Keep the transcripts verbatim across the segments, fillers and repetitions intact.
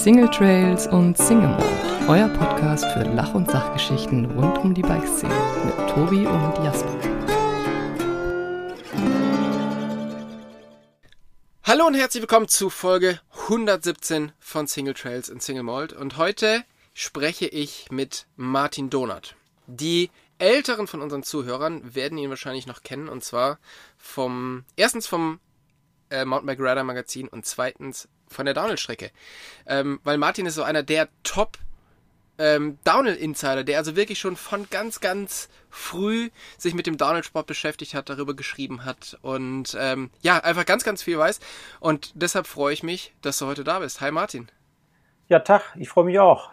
Single Trails und Single Mode, euer Podcast für Lach- und Sachgeschichten rund um die Bikeszene mit Tobi und Jasper. Hallo und herzlich willkommen zu Folge hundertsiebzehn von Single Trails und Single Mode und heute spreche ich mit Martin Donath. Die Älteren von unseren Zuhörern werden ihn wahrscheinlich noch kennen und zwar vom erstens vom äh, Mountainbike Rider Magazin und zweitens von der Downhill-Strecke. Ähm, weil Martin ist so einer der Top ähm, Downhill-Insider, der also wirklich schon von ganz, ganz früh sich mit dem Downhill-Sport beschäftigt hat, darüber geschrieben hat und ähm, ja, einfach ganz, ganz viel weiß. Und deshalb freue ich mich, dass du heute da bist. Hi Martin. Ja, Tag, ich freue mich auch.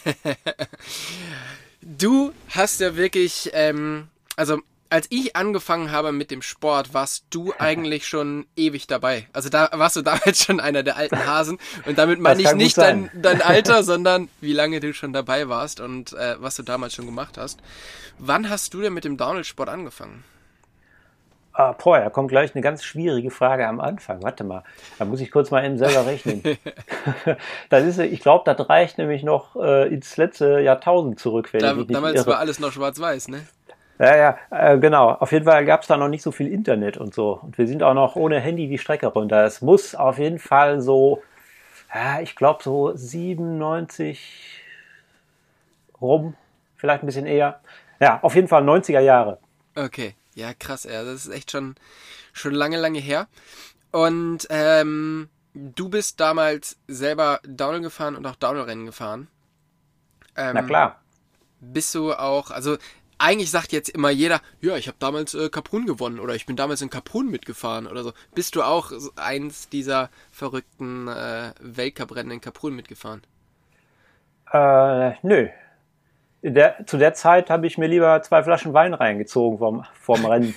Du hast ja wirklich, ähm, also als ich angefangen habe mit dem Sport, warst du eigentlich schon ewig dabei. Also da warst du damals schon einer der alten Hasen. Und damit meine ich nicht dein, dein Alter, sondern wie lange du schon dabei warst und äh, was du damals schon gemacht hast. Wann hast du denn mit dem Downhill-Sport angefangen? Ah, boah, da kommt gleich eine ganz schwierige Frage am Anfang. Warte mal, da muss ich kurz mal eben selber rechnen. Das ist, ich glaube, das reicht nämlich noch äh, ins letzte Jahrtausend zurück. Wenn Da, ich mich nicht damals irre. war alles noch schwarz-weiß, ne? Ja, ja, äh, genau. Auf jeden Fall gab es da noch nicht so viel Internet und so. Und wir sind auch noch ohne Handy die Strecke runter. Es muss auf jeden Fall so, ja, ich glaube so siebenundneunzig rum, vielleicht ein bisschen eher. Ja, auf jeden Fall neunziger Jahre. Okay, ja krass, ja, das ist echt schon, schon lange, lange her. Und ähm, du bist damals selber Downhill gefahren und auch Downhill-Rennen gefahren. Ähm, Na klar. Bist du auch, also eigentlich sagt jetzt immer jeder, ja, ich habe damals äh, Kaprun gewonnen oder ich bin damals in Kaprun mitgefahren oder so. Bist du auch eins dieser verrückten äh, Weltcuprennen in Kaprun mitgefahren? Äh, nö. In der, zu der Zeit habe ich mir lieber zwei Flaschen Wein reingezogen vom, vom Rennen.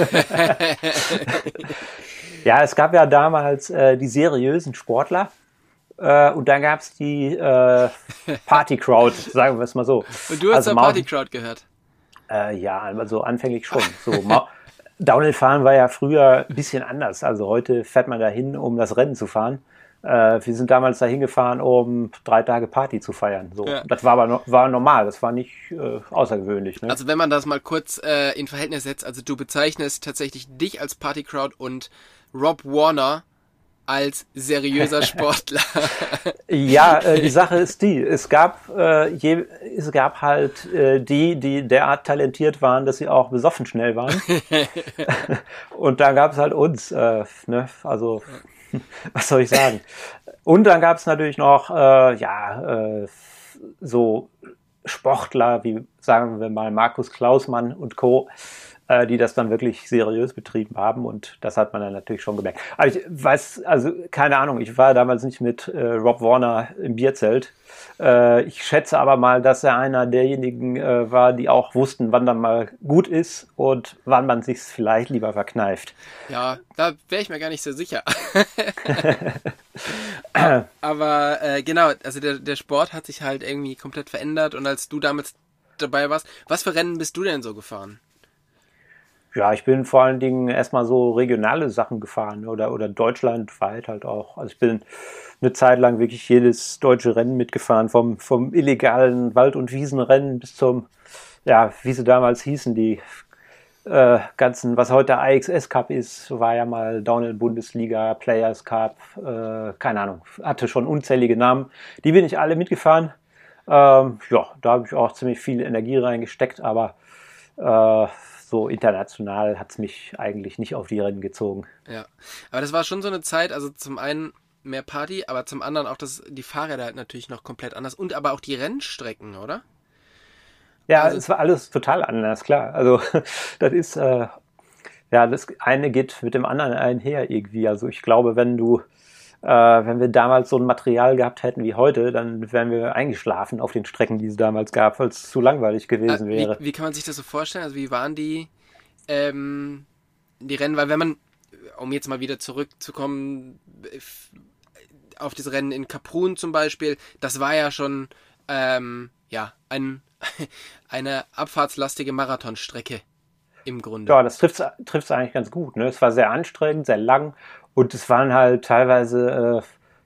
Ja, es gab ja damals äh, die seriösen Sportler äh, und dann gab es die äh, Party-Crowd, sagen wir es mal so. Und du hast also zur Party-Crowd gehört? Äh, ja, also anfänglich schon. So, Downhill-Fahren war ja früher ein bisschen anders. Also heute fährt man dahin, um das Rennen zu fahren. Äh, wir sind damals dahin gefahren, um drei Tage Party zu feiern. So, ja. Das war aber no- war normal, das war nicht äh, außergewöhnlich. Ne? Also wenn man das mal kurz äh, in Verhältnis setzt, also du bezeichnest tatsächlich dich als Party-Crowd und Rob Warner als seriöser Sportler. Ja, äh, die Sache ist die, es gab, äh, je, es gab halt äh, die, die derart talentiert waren, dass sie auch besoffen schnell waren. Und dann gab es halt uns, äh, ne? Also was soll ich sagen? Und dann gab es natürlich noch, äh, ja, äh, so Sportler wie, sagen wir mal, Markus Klausmann und Co., äh, die das dann wirklich seriös betrieben haben und das hat man dann natürlich schon gemerkt. Aber ich weiß, also keine Ahnung, ich war damals nicht mit äh, Rob Warner im Bierzelt. Äh, ich schätze aber mal, dass er einer derjenigen äh, war, die auch wussten, wann dann mal gut ist und wann man sich's vielleicht lieber verkneift. Ja, da wäre ich mir gar nicht so sicher. Aber äh, genau, also der, der Sport hat sich halt irgendwie komplett verändert und als du damals dabei warst, was für Rennen bist du denn so gefahren? Ja, ich bin vor allen Dingen erstmal so regionale Sachen gefahren oder, oder deutschlandweit halt auch. Also ich bin eine Zeit lang wirklich jedes deutsche Rennen mitgefahren, vom, vom illegalen Wald- und Wiesenrennen bis zum, ja, wie sie damals hießen, die äh, ganzen, was heute I X S Cup ist, war ja mal Downhill-Bundesliga, Players Cup, äh, keine Ahnung, hatte schon unzählige Namen. Die bin ich alle mitgefahren. Ähm, ja, da habe ich auch ziemlich viel Energie reingesteckt, aber äh, so international hat es mich eigentlich nicht auf die Rennen gezogen. Ja, aber das war schon so eine Zeit, also zum einen mehr Party, aber zum anderen auch das, die Fahrräder halt natürlich noch komplett anders und aber auch die Rennstrecken, oder? Ja, also, es war alles total anders, klar. Also das ist, äh, ja, das eine geht mit dem anderen einher irgendwie. Also ich glaube, wenn du, äh, wenn wir damals so ein Material gehabt hätten wie heute, dann wären wir eingeschlafen auf den Strecken, die es damals gab, weil es zu langweilig gewesen äh, wäre. Wie, wie kann man sich das so vorstellen? Also wie waren die, ähm, die Rennen? Weil wenn man, um jetzt mal wieder zurückzukommen, auf das Rennen in Kaprun zum Beispiel, das war ja schon, ähm, ja, ein, eine abfahrtslastige Marathonstrecke im Grunde. Ja, das trifft es eigentlich ganz gut. Ne? Es war sehr anstrengend, sehr lang und es waren halt teilweise, äh,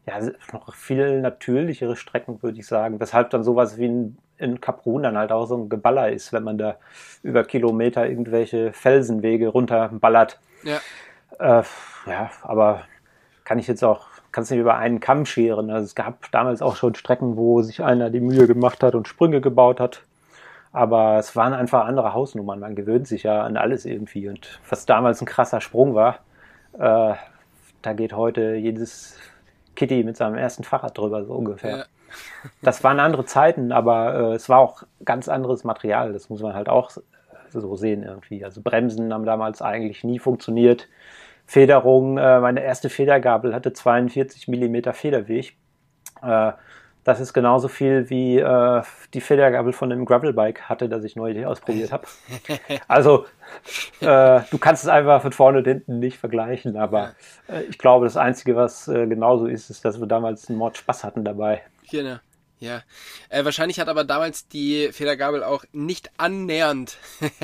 ja, noch viel natürlichere Strecken, würde ich sagen. Weshalb dann sowas wie in, in Kaprun dann halt auch so ein Geballer ist, wenn man da über Kilometer irgendwelche Felsenwege runterballert. Ja. Äh, ja, aber kann ich jetzt auch, kannst nicht über einen Kamm scheren. Also es gab damals auch schon Strecken, wo sich einer die Mühe gemacht hat und Sprünge gebaut hat. Aber es waren einfach andere Hausnummern. Man gewöhnt sich ja an alles irgendwie. Und was damals ein krasser Sprung war, äh, da geht heute jedes Kitty mit seinem ersten Fahrrad drüber, so ungefähr. Ja. Das waren andere Zeiten, aber äh, es war auch ganz anderes Material. Das muss man halt auch so sehen irgendwie. Also Bremsen haben damals eigentlich nie funktioniert. Federung, äh, meine erste Federgabel hatte zweiundvierzig Millimeter Federweg. Äh, das ist genauso viel wie äh, die Federgabel von einem Gravelbike hatte, das ich neulich ausprobiert habe. Also äh, du kannst es einfach von vorne und hinten nicht vergleichen, aber äh, ich glaube, das Einzige, was äh, genauso ist, ist, dass wir damals einen Mord Spaß hatten dabei. Genau. Ja, äh, wahrscheinlich hat aber damals die Federgabel auch nicht annähernd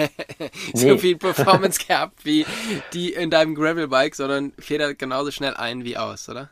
so nee. viel Performance gehabt wie die in deinem Gravelbike, sondern federt genauso schnell ein wie aus, oder?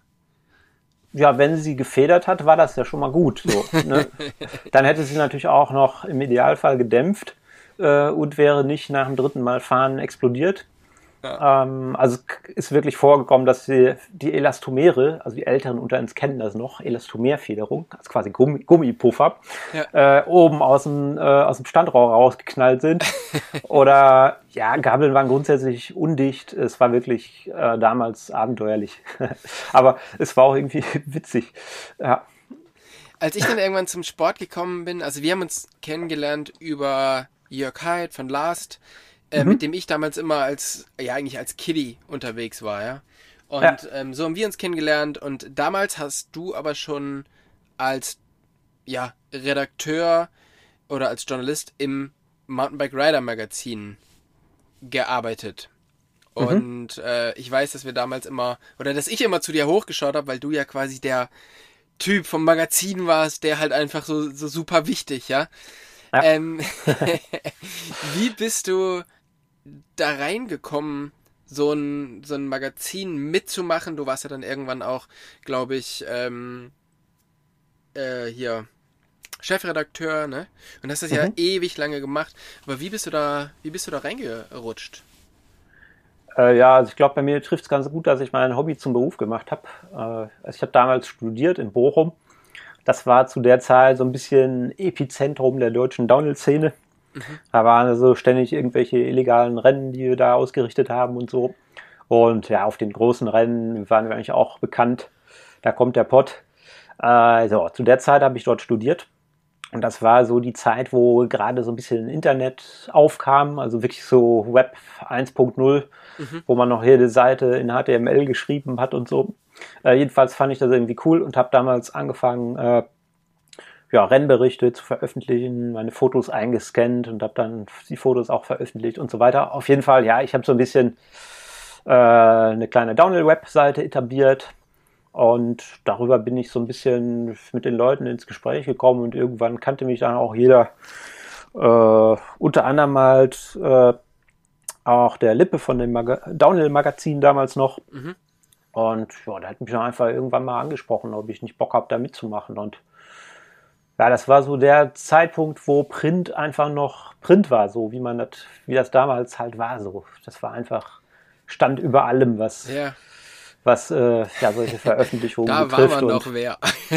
Ja, wenn sie gefedert hat, war das ja schon mal gut. So, ne? Dann hätte sie natürlich auch noch im Idealfall gedämpft äh, und wäre nicht nach dem dritten Mal fahren explodiert. Ja. Ähm, also es ist wirklich vorgekommen, dass die, die Elastomere, also die Älteren unter uns kennen das noch, Elastomerfederung, also quasi Gummi, Gummipuffer, ja. äh, oben aus dem, äh, aus dem Standrohr rausgeknallt sind. Oder ja, Gabeln waren grundsätzlich undicht. Es war wirklich äh, damals abenteuerlich. Aber es war auch irgendwie witzig. Ja. Als ich dann irgendwann zum Sport gekommen bin, also wir haben uns kennengelernt über Jörg Haidt von Last, Äh, mhm. mit dem ich damals immer als, ja eigentlich als Kiddie unterwegs war, ja. Und ja. Ähm, so haben wir uns kennengelernt und damals hast du aber schon als, ja, Redakteur oder als Journalist im Mountainbike Rider Magazin gearbeitet. Mhm. Und äh, ich weiß, dass wir damals immer, oder dass ich immer zu dir hochgeschaut habe, weil du ja quasi der Typ vom Magazin warst, der halt einfach so, so super wichtig, ja. ja. Ähm, wie bist du da reingekommen, so ein, so ein Magazin mitzumachen? Du warst ja dann irgendwann auch, glaube ich, ähm, äh, hier Chefredakteur, ne? Und hast das mhm. ja ewig lange gemacht. Aber wie bist du da, wie bist du da reingerutscht? Äh, ja, also ich glaube, bei mir trifft es ganz gut, dass ich mein Hobby zum Beruf gemacht habe. Äh, also ich habe damals studiert in Bochum. Das war zu der Zeit so ein bisschen Epizentrum der deutschen Downhill-Szene. Mhm. Da waren also ständig irgendwelche illegalen Rennen, die wir da ausgerichtet haben und so. Und ja, auf den großen Rennen waren wir eigentlich auch bekannt. Da kommt der Pott. Äh, so, zu der Zeit habe ich dort studiert. Und das war so die Zeit, wo gerade so ein bisschen Internet aufkam. Also wirklich so Web eins Punkt null, mhm. wo man noch jede Seite in H T M L geschrieben hat und so. Äh, jedenfalls fand ich das irgendwie cool und habe damals angefangen, äh, ja, Rennberichte zu veröffentlichen, meine Fotos eingescannt und habe dann die Fotos auch veröffentlicht und so weiter. Auf jeden Fall, ja, ich habe so ein bisschen äh, eine kleine Downhill-Webseite etabliert und darüber bin ich so ein bisschen mit den Leuten ins Gespräch gekommen und irgendwann kannte mich dann auch jeder, äh, unter anderem halt äh, auch der Lippe von dem Mag- Downhill-Magazin damals noch. Mhm. Und ja, der hat mich dann einfach irgendwann mal angesprochen, ob ich nicht Bock habe, da mitzumachen. Und ja, das war so der Zeitpunkt, wo Print einfach noch Print war, so wie man das, wie das damals halt war. So, das war einfach, stand über allem, was, ja. was äh, ja, solche Veröffentlichungen da betrifft. Da war man noch wer.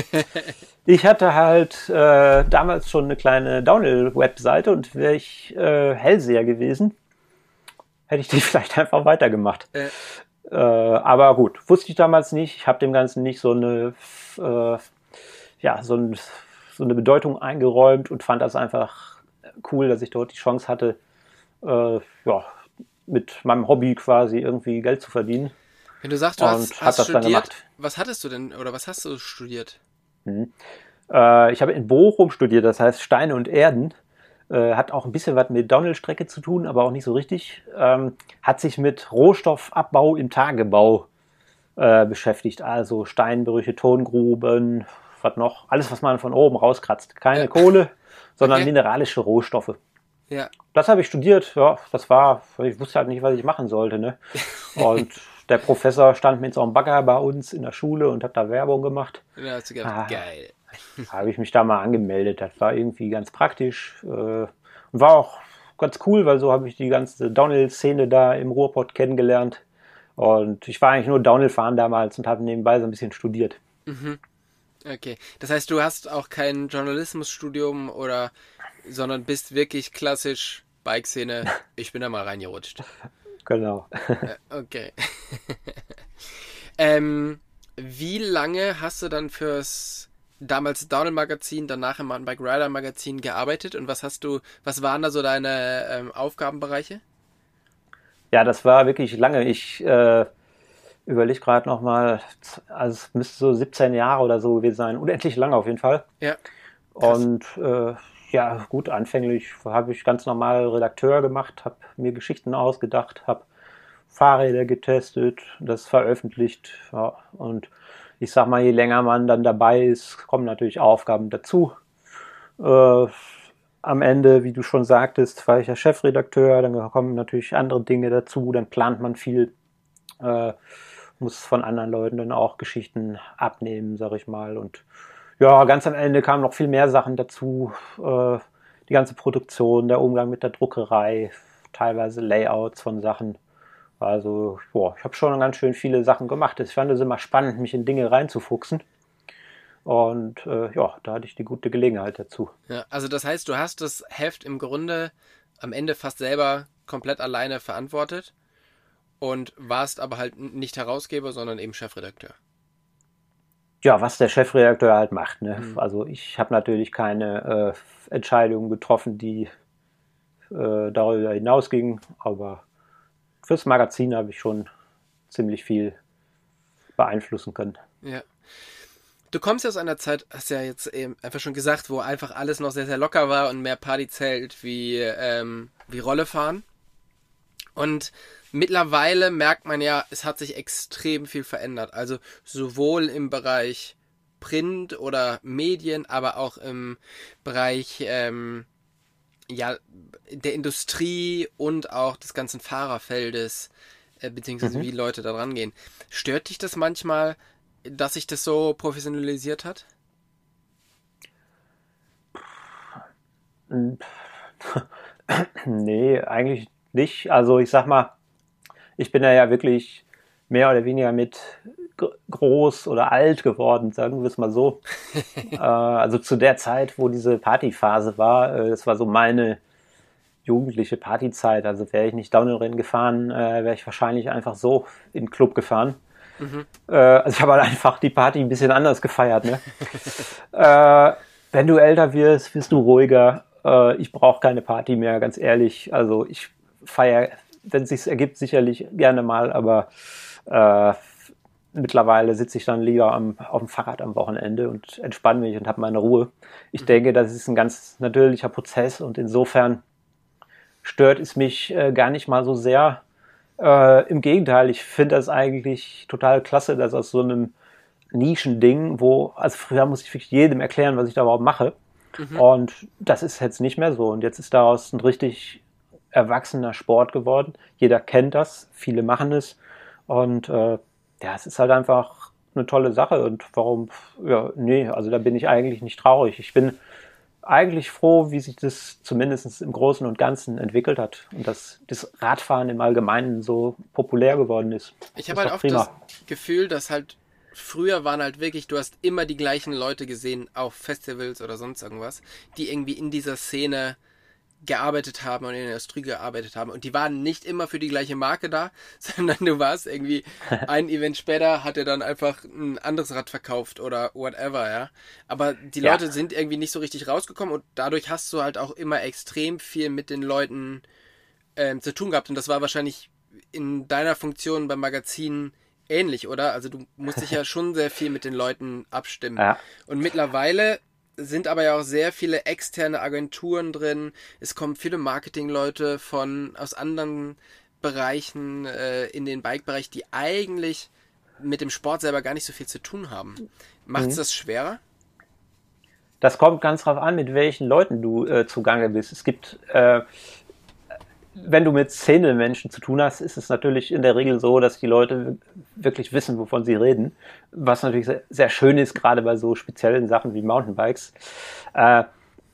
Ich hatte halt äh, damals schon eine kleine Downhill-Webseite und wäre ich äh, Hellseher gewesen, hätte ich die vielleicht einfach weitergemacht. Äh. Äh, aber gut, wusste ich damals nicht. Ich habe dem Ganzen nicht so eine, äh, ja, so ein so eine Bedeutung eingeräumt und fand das einfach cool, dass ich dort die Chance hatte, äh, ja, mit meinem Hobby quasi irgendwie Geld zu verdienen. Wenn du sagst, du hast, hast studiert, was hattest du denn oder was hast du studiert? Hm. Äh, ich habe in Bochum studiert, das heißt Steine und Erden. Äh, hat auch ein bisschen was mit Downhill-Strecke zu tun, aber auch nicht so richtig. Ähm, hat sich mit Rohstoffabbau im Tagebau äh, beschäftigt, also Steinbrüche, Tongruben, was noch, alles, was man von oben rauskratzt. Keine ja. Kohle, sondern okay. mineralische Rohstoffe. Ja. Das habe ich studiert, ja, das war, ich wusste halt nicht, was ich machen sollte, ne? Und der Professor stand mit so einem Bagger bei uns in der Schule und hat da Werbung gemacht. Und dann hast du gedacht, ah, geil. Habe ich mich da mal angemeldet. Das war irgendwie ganz praktisch äh, und war auch ganz cool, weil so habe ich die ganze Downhill-Szene da im Ruhrpott kennengelernt. Und ich war eigentlich nur Downhill fahren damals und habe nebenbei so ein bisschen studiert. Mhm. Okay. Das heißt, du hast auch kein Journalismusstudium oder, sondern bist wirklich klassisch Bike-Szene. Ich bin da mal reingerutscht. Genau. Okay. ähm, wie lange hast du dann fürs damals Downhill-Magazin, danach im Mountainbike Rider-Magazin gearbeitet und was hast du, was waren da so deine ähm, Aufgabenbereiche? Ja, das war wirklich lange. Ich äh, überlege gerade nochmal, also es müsste so siebzehn Jahre oder so gewesen sein. Unendlich lange auf jeden Fall. Ja. Krass. Und äh, ja, gut, anfänglich habe ich ganz normal Redakteur gemacht, habe mir Geschichten ausgedacht, habe Fahrräder getestet, das veröffentlicht. Ja, und ich sag mal, je länger man dann dabei ist, kommen natürlich Aufgaben dazu. Äh, Am Ende, wie du schon sagtest, war ich ja Chefredakteur, dann kommen natürlich andere Dinge dazu, dann plant man viel, äh, muss von anderen Leuten dann auch Geschichten abnehmen, sag ich mal. Und ja, ganz am Ende kamen noch viel mehr Sachen dazu, äh, die ganze Produktion, der Umgang mit der Druckerei, teilweise Layouts von Sachen. Also, boah, ich habe schon ganz schön viele Sachen gemacht. Ich fand es immer spannend, mich in Dinge reinzufuchsen. Und äh, ja, da hatte ich die gute Gelegenheit dazu. Ja, also das heißt, du hast das Heft im Grunde am Ende fast selber komplett alleine verantwortet und warst aber halt nicht Herausgeber, sondern eben Chefredakteur. Ja, was der Chefredakteur halt macht. Ne? Mhm. Also ich habe natürlich keine äh, Entscheidungen getroffen, die äh, darüber hinausgingen, aber fürs Magazin habe ich schon ziemlich viel beeinflussen können. Ja. Du kommst ja aus einer Zeit, hast ja jetzt eben einfach schon gesagt, wo einfach alles noch sehr, sehr locker war und mehr Party zählt wie, ähm, wie Rolle fahren. Und mittlerweile merkt man ja, es hat sich extrem viel verändert. Also sowohl im Bereich Print oder Medien, aber auch im Bereich ähm, ja, der Industrie und auch des ganzen Fahrerfeldes, äh, beziehungsweise Mhm. wie Leute da dran gehen. Stört dich das manchmal, dass sich das so professionalisiert hat? Nee, eigentlich nicht. Also ich sag mal, ich bin ja, ja wirklich mehr oder weniger mit gr- groß oder alt geworden, sagen wir es mal so. äh, also zu der Zeit, wo diese Partyphase war, äh, das war so meine jugendliche Partyzeit. Also wäre ich nicht Downhill-Rennen gefahren, äh, wäre ich wahrscheinlich einfach so in den Club gefahren. Mhm. Äh, also ich habe halt einfach die Party ein bisschen anders gefeiert. Ne? äh, wenn du älter wirst, wirst du ruhiger. Äh, ich brauche keine Party mehr, ganz ehrlich. Also ich feiere, wenn es sich ergibt, sicherlich gerne mal, aber äh, mittlerweile sitze ich dann lieber am, auf dem Fahrrad am Wochenende und entspanne mich und habe meine Ruhe. Ich mhm. denke, das ist ein ganz natürlicher Prozess und insofern stört es mich äh, gar nicht mal so sehr. Äh, im Gegenteil, ich finde das eigentlich total klasse, dass aus so einem Nischending, wo, also früher musste ich wirklich jedem erklären, was ich da überhaupt mache. Mhm. Und das ist jetzt nicht mehr so. Und jetzt ist daraus ein richtig erwachsener Sport geworden. Jeder kennt das, viele machen es. Und äh, ja, es ist halt einfach eine tolle Sache. Und warum, ja, nee, also da bin ich eigentlich nicht traurig. Ich bin eigentlich froh, wie sich das zumindest im Großen und Ganzen entwickelt hat und dass das Radfahren im Allgemeinen so populär geworden ist. Ich habe halt oft prima. das Gefühl, dass halt früher waren halt wirklich, du hast immer die gleichen Leute gesehen auf Festivals oder sonst irgendwas, die irgendwie in dieser Szene gearbeitet haben und in der Industrie gearbeitet haben und die waren nicht immer für die gleiche Marke da, sondern du warst irgendwie ein Event später, hat er dann einfach ein anderes Rad verkauft oder whatever, ja. Aber die ja. Leute sind irgendwie nicht so richtig rausgekommen und dadurch hast du halt auch immer extrem viel mit den Leuten ähm, zu tun gehabt und das war wahrscheinlich in deiner Funktion beim Magazin ähnlich, oder? Also du musst dich ja schon sehr viel mit den Leuten abstimmen. Ja. Und mittlerweile sind aber ja auch sehr viele externe Agenturen drin. Es kommen viele Marketingleute von aus anderen Bereichen äh, in den Bike-Bereich, die eigentlich mit dem Sport selber gar nicht so viel zu tun haben. Macht es mhm. das schwerer? Das kommt ganz drauf an, mit welchen Leuten du äh, zugange bist. Es gibt, äh, wenn du mit Szenemenschen zu tun hast, ist es natürlich in der Regel so, dass die Leute wirklich wissen, wovon sie reden. Was natürlich sehr, sehr schön ist, gerade bei so speziellen Sachen wie Mountainbikes. Äh,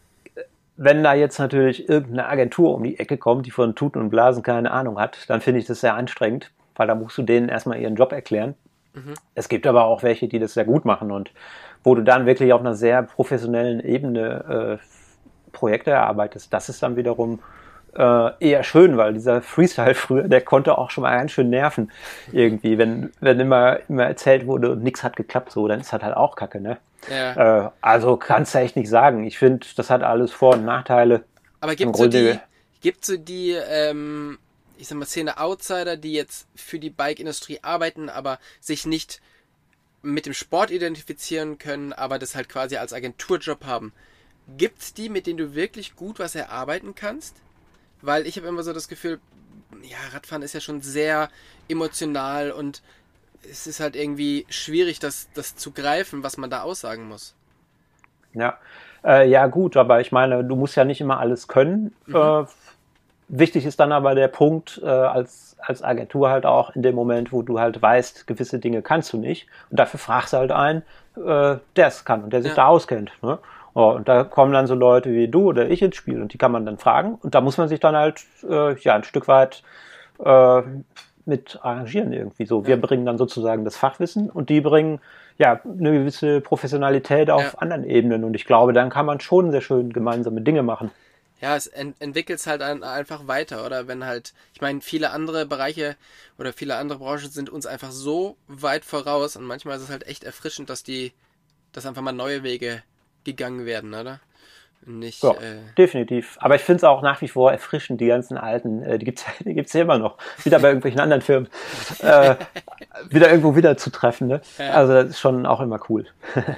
wenn da jetzt natürlich irgendeine Agentur um die Ecke kommt, die von Tuten und Blasen keine Ahnung hat, dann finde ich das sehr anstrengend, weil da musst du denen erstmal ihren Job erklären. Mhm. Es gibt aber auch welche, die das sehr gut machen und wo du dann wirklich auf einer sehr professionellen Ebene äh, Projekte erarbeitest. Das ist dann wiederum Äh, eher schön, weil dieser Freestyle früher, der konnte auch schon mal ganz schön nerven irgendwie, wenn, wenn immer, immer erzählt wurde und nichts hat geklappt, so, dann ist das halt auch Kacke, ne? Ja. Äh, also kannst du echt nicht sagen. Ich finde, das hat alles Vor- und Nachteile. Aber gibt es so die, gibt's so die ähm, ich sag mal, Szene-Outsider, die jetzt für die Bike-Industrie arbeiten, aber sich nicht mit dem Sport identifizieren können, aber das halt quasi als Agenturjob haben? Gibt's die, mit denen du wirklich gut was erarbeiten kannst? Weil ich habe immer so das Gefühl, ja, Radfahren ist ja schon sehr emotional und es ist halt irgendwie schwierig, das, das zu greifen, was man da aussagen muss. Ja, äh, ja gut, aber ich meine, du musst ja nicht immer alles können. Mhm. Äh, wichtig ist dann aber der Punkt, äh, als, als Agentur halt auch in dem Moment, wo du halt weißt, gewisse Dinge kannst du nicht. Und dafür fragst du halt einen, äh, der es kann und der sich ja. da auskennt, ne? Oh, und da kommen dann so Leute wie du oder ich ins Spiel und die kann man dann fragen und da muss man sich dann halt äh, ja ein Stück weit äh, mit arrangieren irgendwie so. Wir ja. bringen dann sozusagen das Fachwissen und die bringen ja eine gewisse Professionalität auf ja. anderen Ebenen und ich glaube, dann kann man schon sehr schön gemeinsame Dinge machen. Ja, es ent- entwickelt es halt ein, einfach weiter, oder? Wenn halt, ich meine, viele andere Bereiche oder viele andere Branchen sind uns einfach so weit voraus und manchmal ist es halt echt erfrischend, dass die, dass einfach mal neue Wege gegangen werden, oder? Nicht, ja, äh... definitiv. Aber ich finde es auch nach wie vor erfrischend, die ganzen alten, äh, die gibt's, die gibt's ja immer noch. Wieder bei irgendwelchen anderen Firmen. Äh, wieder irgendwo wieder zu treffen, ne? Ja. Also das ist schon auch immer cool.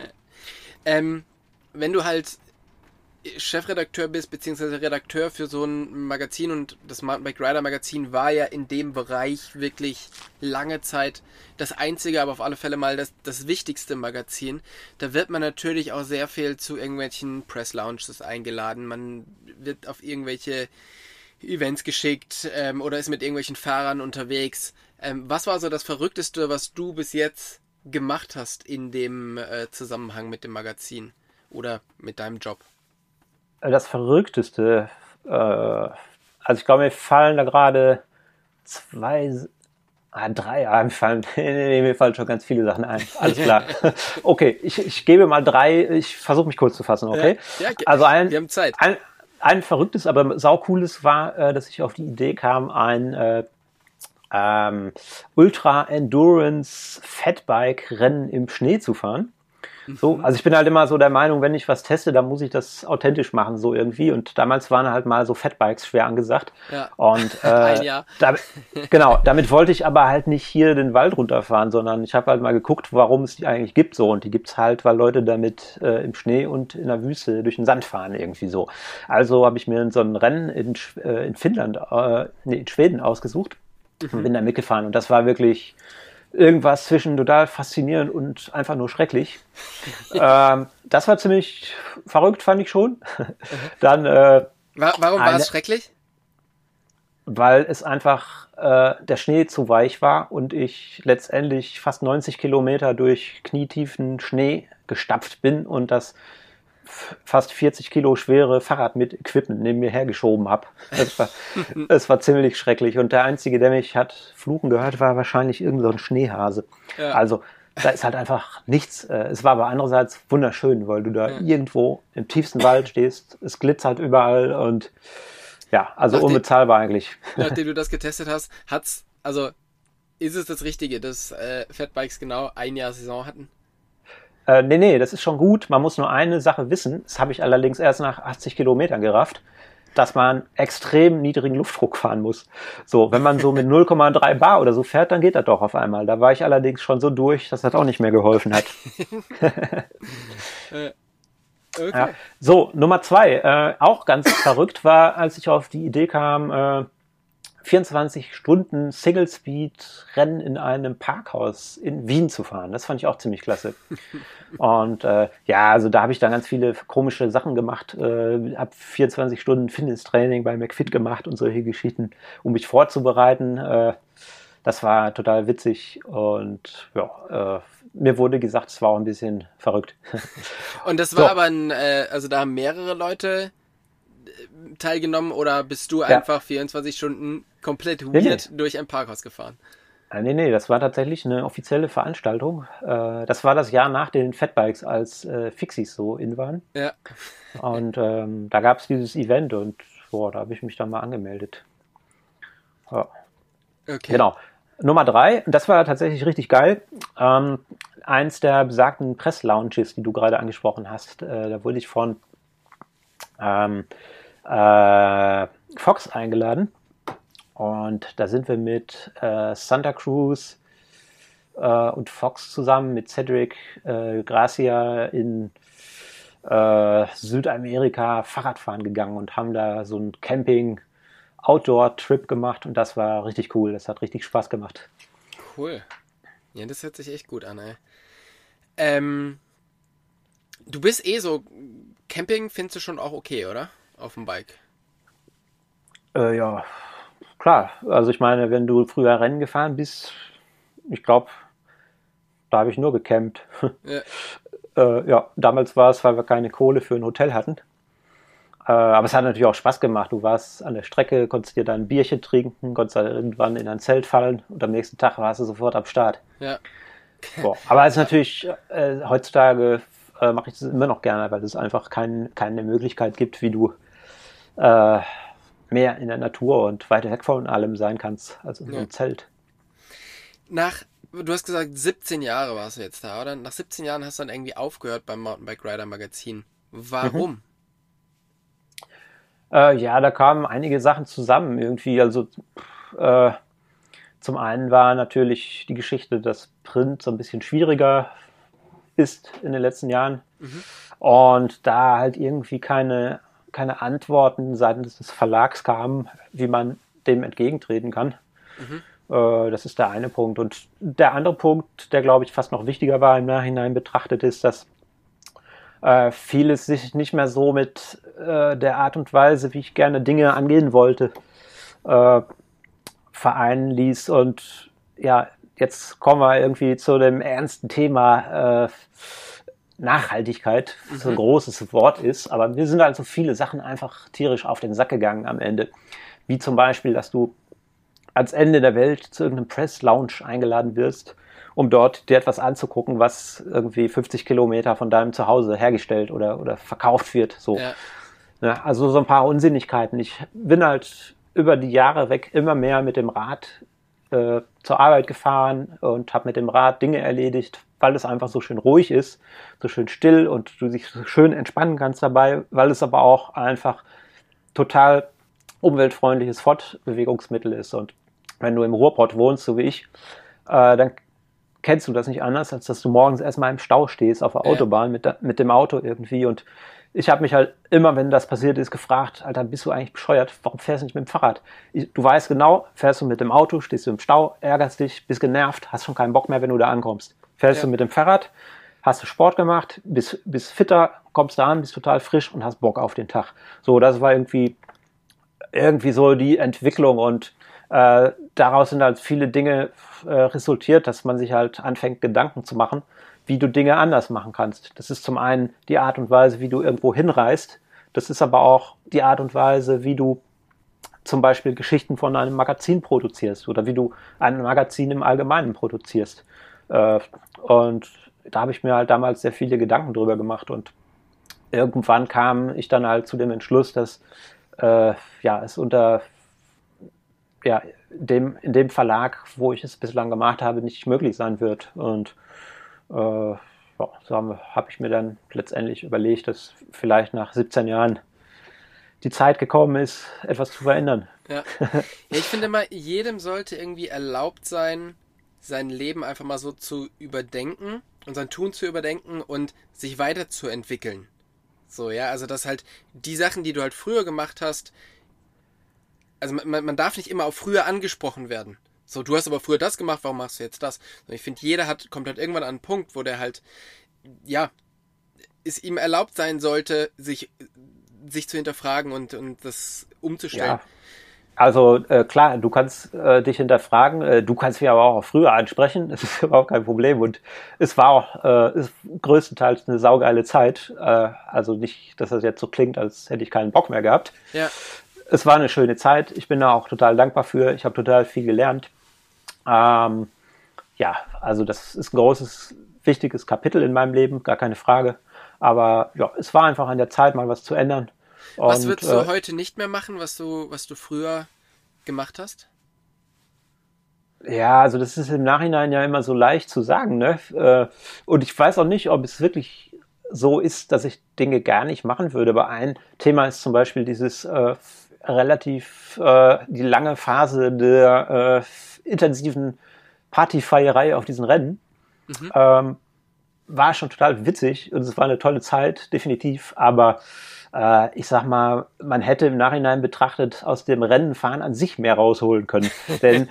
ähm, wenn du halt Chefredakteur bist, beziehungsweise Redakteur für so ein Magazin und das Mountainbike Rider Magazin war ja in dem Bereich wirklich lange Zeit das einzige, aber auf alle Fälle mal das, das wichtigste Magazin. Da wird man natürlich auch sehr viel zu irgendwelchen Press Lounges eingeladen. Man wird auf irgendwelche Events geschickt ähm, oder ist mit irgendwelchen Fahrern unterwegs. Ähm, was war so das Verrückteste, was du bis jetzt gemacht hast in dem äh, Zusammenhang mit dem Magazin oder mit deinem Job? Das Verrückteste, äh, also ich glaube, mir fallen da gerade zwei, ah, drei, ah, mir fallen, nee, mir fallen schon ganz viele Sachen ein. Alles klar. Okay, ich, ich gebe mal drei, ich versuche mich kurz zu fassen, okay? Ja, ja, also ein, wir haben Zeit. Ein, ein verrücktes, aber saucooles war, äh, dass ich auf die Idee kam, ein äh, ähm, Ultra-Endurance-Fatbike-Rennen im Schnee zu fahren. So, also ich bin halt immer so der Meinung, wenn ich was teste, dann muss ich das authentisch machen, so irgendwie. Und damals waren halt mal so Fatbikes schwer angesagt. Ja. Und äh, Ein Jahr. Da, genau, damit wollte ich aber halt nicht hier den Wald runterfahren, sondern ich habe halt mal geguckt, warum es die eigentlich gibt so. Und die gibt's halt, weil Leute damit äh, im Schnee und in der Wüste durch den Sand fahren irgendwie so. Also habe ich mir so ein Rennen in, äh, in Finnland, äh, nee, in Schweden ausgesucht und mhm. bin da mitgefahren. Und das war wirklich irgendwas zwischen total faszinierend und einfach nur schrecklich. ähm, das war ziemlich verrückt, fand ich schon. Dann, äh, Warum war es schrecklich? Weil es einfach äh, der Schnee zu weich war und ich letztendlich fast neunzig Kilometer durch knietiefen Schnee gestapft bin und das fast vierzig Kilo schwere Fahrrad mit Equipment neben mir hergeschoben habe. Das war, das war ziemlich schrecklich. Und der Einzige, der mich hat fluchen gehört, war wahrscheinlich irgend so ein Schneehase. Ja. Also da ist halt einfach nichts. Es war aber andererseits wunderschön, weil du da ja. irgendwo im tiefsten Wald stehst. Es glitzert überall und ja, also nachdem, unbezahlbar eigentlich. Nachdem du das getestet hast, hat's, also ist es das Richtige, dass äh, Fatbikes genau ein Jahr Saison hatten? Äh, nee, nee, das ist schon gut. Man muss nur eine Sache wissen. Das habe ich allerdings erst nach achtzig Kilometern gerafft, dass man extrem niedrigen Luftdruck fahren muss. So, wenn man so mit null Komma drei Bar oder so fährt, dann geht das doch auf einmal. Da war ich allerdings schon so durch, dass das auch nicht mehr geholfen hat. Okay. Ja. So, Nummer zwei, äh, auch ganz verrückt war, als ich auf die Idee kam, äh, vierundzwanzig Stunden Single-Speed-Rennen in einem Parkhaus in Wien zu fahren. Das fand ich auch ziemlich klasse. Und äh, ja, also da habe ich dann ganz viele komische Sachen gemacht. Äh, habe vierundzwanzig Stunden Fitnesstraining bei McFit gemacht und solche Geschichten, um mich vorzubereiten. Äh, das war total witzig und ja, äh, mir wurde gesagt, es war auch ein bisschen verrückt. Und das war so. aber ein, äh, also da haben mehrere Leute teilgenommen oder bist du Ja. einfach vierundzwanzig Stunden komplett Nee, weird nee. durch ein Parkhaus gefahren? Ah, nee, nee, das war tatsächlich eine offizielle Veranstaltung. Äh, das war das Jahr nach den Fatbikes, als äh, Fixies so in waren. Ja. Und ähm, da gab es dieses Event und boah, da habe ich mich dann mal angemeldet. Ja. Okay. Genau. Nummer drei, das war tatsächlich richtig geil. Ähm, eins der besagten Press-Lounges, die du gerade angesprochen hast, äh, da wurde ich von ähm, äh, Fox eingeladen. Und da sind wir mit äh, Santa Cruz äh, und Fox zusammen mit Cedric äh, Gracia in äh, Südamerika Fahrradfahren gegangen und haben da so einen Camping-Outdoor-Trip gemacht und das war richtig cool. Das hat richtig Spaß gemacht. Cool. Ja, das hört sich echt gut an, ey. Ähm, du bist eh so, Camping findest du schon auch okay, oder? Auf dem Bike. Äh, ja, klar. Also ich meine, wenn du früher Rennen gefahren bist, ich glaube, da habe ich nur gecampt. Ja. Äh, ja, damals war es, weil wir keine Kohle für ein Hotel hatten. Äh, aber es hat natürlich auch Spaß gemacht. Du warst an der Strecke, konntest dir dann ein Bierchen trinken, konntest dann irgendwann in ein Zelt fallen und am nächsten Tag warst du sofort am Start. Ja. Boah. Aber es ist natürlich, äh, heutzutage äh, mache ich das immer noch gerne, weil es einfach kein, keine Möglichkeit gibt, wie du äh, mehr in der Natur und weiter weg von allem sein kannst als in Ja. einem Zelt. Nach, du hast gesagt, siebzehn Jahre warst du jetzt da, oder? Nach siebzehn Jahren hast du dann irgendwie aufgehört beim Mountainbike Rider Magazin. Warum? Mhm. Äh, ja, da kamen einige Sachen zusammen irgendwie. Also äh, zum einen war natürlich die Geschichte, dass Print so ein bisschen schwieriger ist in den letzten Jahren. Mhm. Und da halt irgendwie keine, keine Antworten seitens des Verlags kamen, wie man dem entgegentreten kann. Mhm. Äh, das ist der eine Punkt. Und der andere Punkt, der glaube ich fast noch wichtiger war im Nachhinein betrachtet, ist, dass äh, vieles sich nicht mehr so mit äh, der Art und Weise, wie ich gerne Dinge angehen wollte, äh, vereinen ließ. Und ja, jetzt kommen wir irgendwie zu dem ernsten Thema äh, Nachhaltigkeit, was so ein großes Wort ist. Aber mir sind halt so viele Sachen einfach tierisch auf den Sack gegangen am Ende. Wie zum Beispiel, dass du ans Ende der Welt zu irgendeinem Press-Lounge eingeladen wirst, um dort dir etwas anzugucken, was irgendwie fünfzig Kilometer von deinem Zuhause hergestellt oder, oder verkauft wird. So. Ja. Ja, also so ein paar Unsinnigkeiten. Ich bin halt über die Jahre weg immer mehr mit dem Rad äh, zur Arbeit gefahren und habe mit dem Rad Dinge erledigt, weil es einfach so schön ruhig ist, so schön still und du dich so schön entspannen kannst dabei, weil es aber auch einfach total umweltfreundliches Fortbewegungsmittel ist. Und wenn du im Ruhrpott wohnst, so wie ich, äh, dann kennst du das nicht anders, als dass du morgens erstmal im Stau stehst auf der Ja. Autobahn mit, der, mit dem Auto irgendwie. Und ich habe mich halt immer, wenn das passiert ist, gefragt, Alter, bist du eigentlich bescheuert? Warum fährst du nicht mit dem Fahrrad? Ich, du weißt genau, fährst du mit dem Auto, stehst du im Stau, ärgerst dich, bist genervt, hast schon keinen Bock mehr, wenn du da ankommst. Fährst Ja. du mit dem Fahrrad, hast du Sport gemacht, bist, bist fitter, kommst da an, bist total frisch und hast Bock auf den Tag. So, das war irgendwie, irgendwie so die Entwicklung und äh, daraus sind halt viele Dinge äh, resultiert, dass man sich halt anfängt, Gedanken zu machen, wie du Dinge anders machen kannst. Das ist zum einen die Art und Weise, wie du irgendwo hinreist. Das ist aber auch die Art und Weise, wie du zum Beispiel Geschichten von einem Magazin produzierst oder wie du ein Magazin im Allgemeinen produzierst. Äh, und da habe ich mir halt damals sehr viele Gedanken drüber gemacht und irgendwann kam ich dann halt zu dem Entschluss, dass äh, ja, es unter ja, dem, in dem Verlag, wo ich es bislang gemacht habe, nicht möglich sein wird. Und äh, ja, so habe hab ich mir dann letztendlich überlegt, dass vielleicht nach siebzehn Jahren die Zeit gekommen ist, etwas zu verändern. Ja. Ja, ich finde mal, jedem sollte irgendwie erlaubt sein, sein Leben einfach mal so zu überdenken und sein Tun zu überdenken und sich weiterzuentwickeln. So, ja, also dass halt die Sachen, die du halt früher gemacht hast, also man, man darf nicht immer auf früher angesprochen werden. So, du hast aber früher das gemacht, warum machst du jetzt das? Und ich finde, jeder hat, kommt halt irgendwann an einen Punkt, wo der halt, ja, es ihm erlaubt sein sollte, sich, sich zu hinterfragen und, und das umzustellen. Ja. Also äh, klar, du kannst äh, dich hinterfragen, äh, du kannst mich aber auch früher ansprechen, das ist überhaupt kein Problem und es war auch äh, ist größtenteils eine saugeile Zeit, äh, also nicht, dass das jetzt so klingt, als hätte ich keinen Bock mehr gehabt. Ja. Es war eine schöne Zeit, ich bin da auch total dankbar für, ich habe total viel gelernt. Ähm, ja, also das ist ein großes, wichtiges Kapitel in meinem Leben, gar keine Frage, aber ja, es war einfach an der Zeit, mal was zu ändern. Was Und, würdest du äh, heute nicht mehr machen, was du, was du früher gemacht hast? Ja, also das ist im Nachhinein ja immer so leicht zu sagen, ne? Äh, Und ich weiß auch nicht, ob es wirklich so ist, dass ich Dinge gar nicht machen würde. Aber ein Thema ist zum Beispiel dieses äh, relativ, äh, die lange Phase der äh, intensiven Partyfeierei auf diesen Rennen. Mhm. Ähm, war schon total witzig und es war eine tolle Zeit, definitiv. Aber äh, ich sag mal, man hätte im Nachhinein betrachtet aus dem Rennenfahren an sich mehr rausholen können. Denn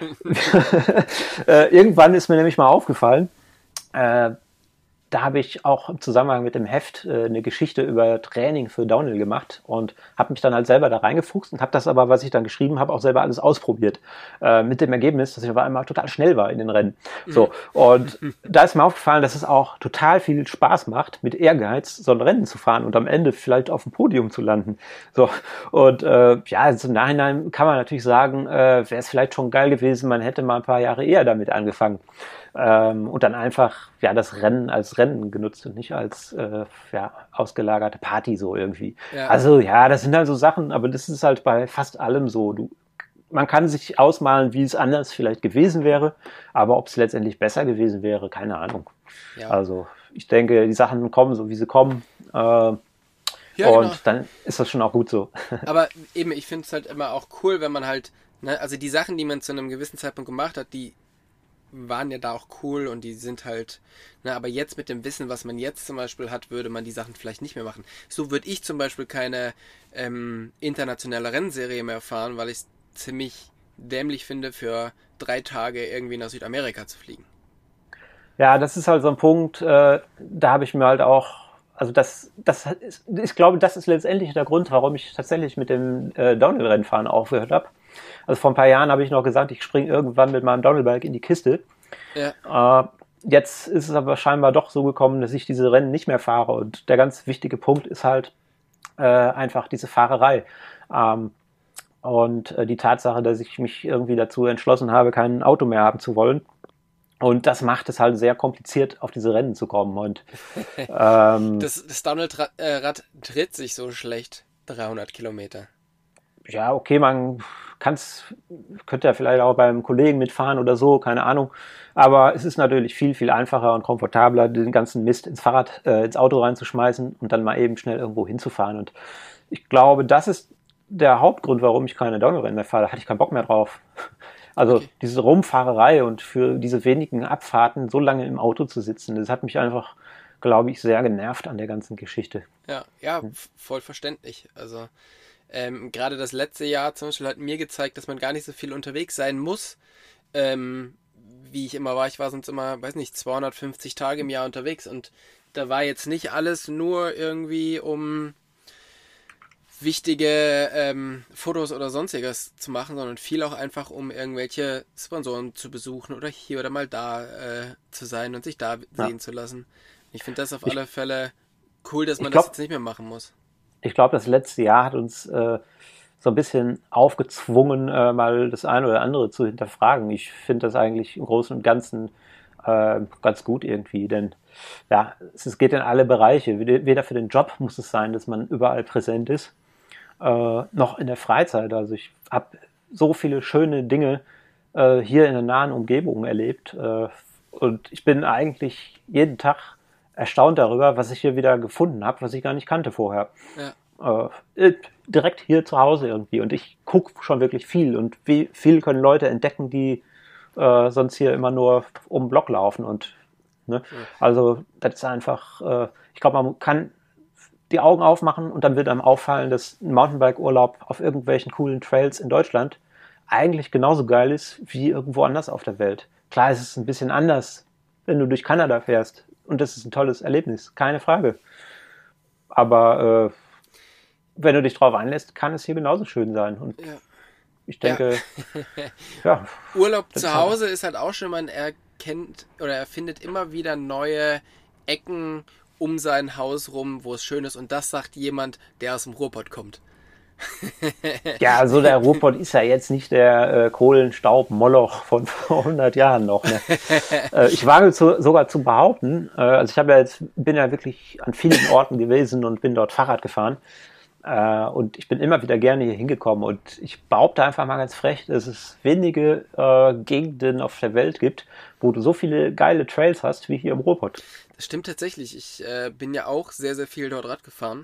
äh, irgendwann ist mir nämlich mal aufgefallen, äh, da habe ich auch im Zusammenhang mit dem Heft äh, eine Geschichte über Training für Downhill gemacht und habe mich dann halt selber da reingefuchst und habe das aber, was ich dann geschrieben habe, auch selber alles ausprobiert. Äh, mit dem Ergebnis, dass ich auf einmal total schnell war in den Rennen. So, und da ist mir aufgefallen, dass es auch total viel Spaß macht, mit Ehrgeiz so ein Rennen zu fahren und am Ende vielleicht auf dem Podium zu landen. So, und äh, ja, also im Nachhinein kann man natürlich sagen, äh, wäre es vielleicht schon geil gewesen, man hätte mal ein paar Jahre eher damit angefangen. Ähm, und dann einfach ja das Rennen als Rennen genutzt und nicht als äh, ja, ausgelagerte Party so irgendwie. Ja. Also ja, das sind halt so Sachen, aber das ist halt bei fast allem so. Du, man kann sich ausmalen, wie es anders vielleicht gewesen wäre, aber ob es letztendlich besser gewesen wäre, keine Ahnung. Ja. Also ich denke, die Sachen kommen so, wie sie kommen. Äh, Ja, und genau. dann ist das schon auch gut so. Aber eben, ich finde es halt immer auch cool, wenn man halt, ne, also die Sachen, die man zu einem gewissen Zeitpunkt gemacht hat, die waren ja da auch cool und die sind halt, ne, aber jetzt mit dem Wissen, was man jetzt zum Beispiel hat, würde man die Sachen vielleicht nicht mehr machen. So würde ich zum Beispiel keine ähm, internationale Rennserie mehr fahren, weil ich es ziemlich dämlich finde, für drei Tage irgendwie nach Südamerika zu fliegen. Ja, das ist halt so ein Punkt, äh, da habe ich mir halt auch, also das, das ist, ich glaube, das ist letztendlich der Grund, warum ich tatsächlich mit dem äh, Downhill-Rennfahren aufgehört habe. Also vor ein paar Jahren habe ich noch gesagt, ich springe irgendwann mit meinem Downhill-Bike in die Kiste. Ja. Äh, jetzt ist es aber scheinbar doch so gekommen, dass ich diese Rennen nicht mehr fahre. Und der ganz wichtige Punkt ist halt äh, einfach diese Fahrerei. Ähm, und äh, die Tatsache, dass ich mich irgendwie dazu entschlossen habe, kein Auto mehr haben zu wollen. Und das macht es halt sehr kompliziert, auf diese Rennen zu kommen. Und ähm, Das, das Downhill-Rad tritt sich so schlecht. dreihundert Kilometer. ja, okay, man kann's, könnte ja vielleicht auch beim Kollegen mitfahren oder so, keine Ahnung. Aber es ist natürlich viel, viel einfacher und komfortabler, den ganzen Mist ins Fahrrad, äh, ins Auto reinzuschmeißen und dann mal eben schnell irgendwo hinzufahren. Und ich glaube, das ist der Hauptgrund, warum ich keine Downhill-Rennen mehr fahre. Da hatte ich keinen Bock mehr drauf. Also Okay. diese Rumfahrerei und für diese wenigen Abfahrten so lange im Auto zu sitzen, das hat mich einfach, glaube ich, sehr genervt an der ganzen Geschichte. Ja, ja, f- voll verständlich. Also ähm, gerade das letzte Jahr zum Beispiel hat mir gezeigt, dass man gar nicht so viel unterwegs sein muss, ähm, wie ich immer war. Ich war sonst immer, weiß nicht, zweihundertfünfzig Tage im Jahr unterwegs und da war jetzt nicht alles nur irgendwie, um wichtige ähm, Fotos oder sonstiges zu machen, sondern viel auch einfach, um irgendwelche Sponsoren zu besuchen oder hier oder mal da äh, zu sein und sich da Ja. sehen zu lassen. Ich finde das auf Ich- alle Fälle cool, dass man ich glaub- das jetzt nicht mehr machen muss. Ich glaube, das letzte Jahr hat uns äh, so ein bisschen aufgezwungen, äh, mal das eine oder andere zu hinterfragen. Ich finde das eigentlich im Großen und Ganzen äh, ganz gut irgendwie, denn ja, es, es geht in alle Bereiche. Weder weder für den Job muss es sein, dass man überall präsent ist, äh, noch in der Freizeit. Also ich habe so viele schöne Dinge äh, hier in der nahen Umgebung erlebt äh, und ich bin eigentlich jeden Tag erstaunt darüber, was ich hier wieder gefunden habe, was ich gar nicht kannte vorher. Ja. Äh, direkt hier zu Hause irgendwie. Und ich gucke schon wirklich viel. Und wie viel können Leute entdecken, die äh, sonst hier immer nur um den Block laufen. Und ne? Ja. Also das ist einfach, äh, ich glaube, man kann die Augen aufmachen und dann wird einem auffallen, dass ein Mountainbike-Urlaub auf irgendwelchen coolen Trails in Deutschland eigentlich genauso geil ist wie irgendwo anders auf der Welt. Klar, es ist ein bisschen anders, wenn du durch Kanada fährst und das ist ein tolles Erlebnis, keine Frage. Aber äh, wenn du dich drauf einlässt, kann es hier genauso schön sein. Und ja. ich denke, ja. ja. Urlaub zu Hause ist halt auch schon, man erkennt oder erfindet immer wieder neue Ecken um sein Haus rum, wo es schön ist. Und das sagt jemand, der aus dem Ruhrpott kommt. Ja, also der Ruhrpott ist ja jetzt nicht der äh, Kohlenstaub-Moloch von vor hundert Jahren noch. Ne? äh, ich wage zu, sogar zu behaupten, äh, also ich habe ja jetzt, bin ja wirklich an vielen Orten gewesen und bin dort Fahrrad gefahren. Äh, und ich bin immer wieder gerne hier hingekommen. Und ich behaupte einfach mal ganz frech, dass es wenige äh, Gegenden auf der Welt gibt, wo du so viele geile Trails hast wie hier im Ruhrpott. Das stimmt tatsächlich. Ich äh, bin ja auch sehr, sehr viel dort Rad gefahren.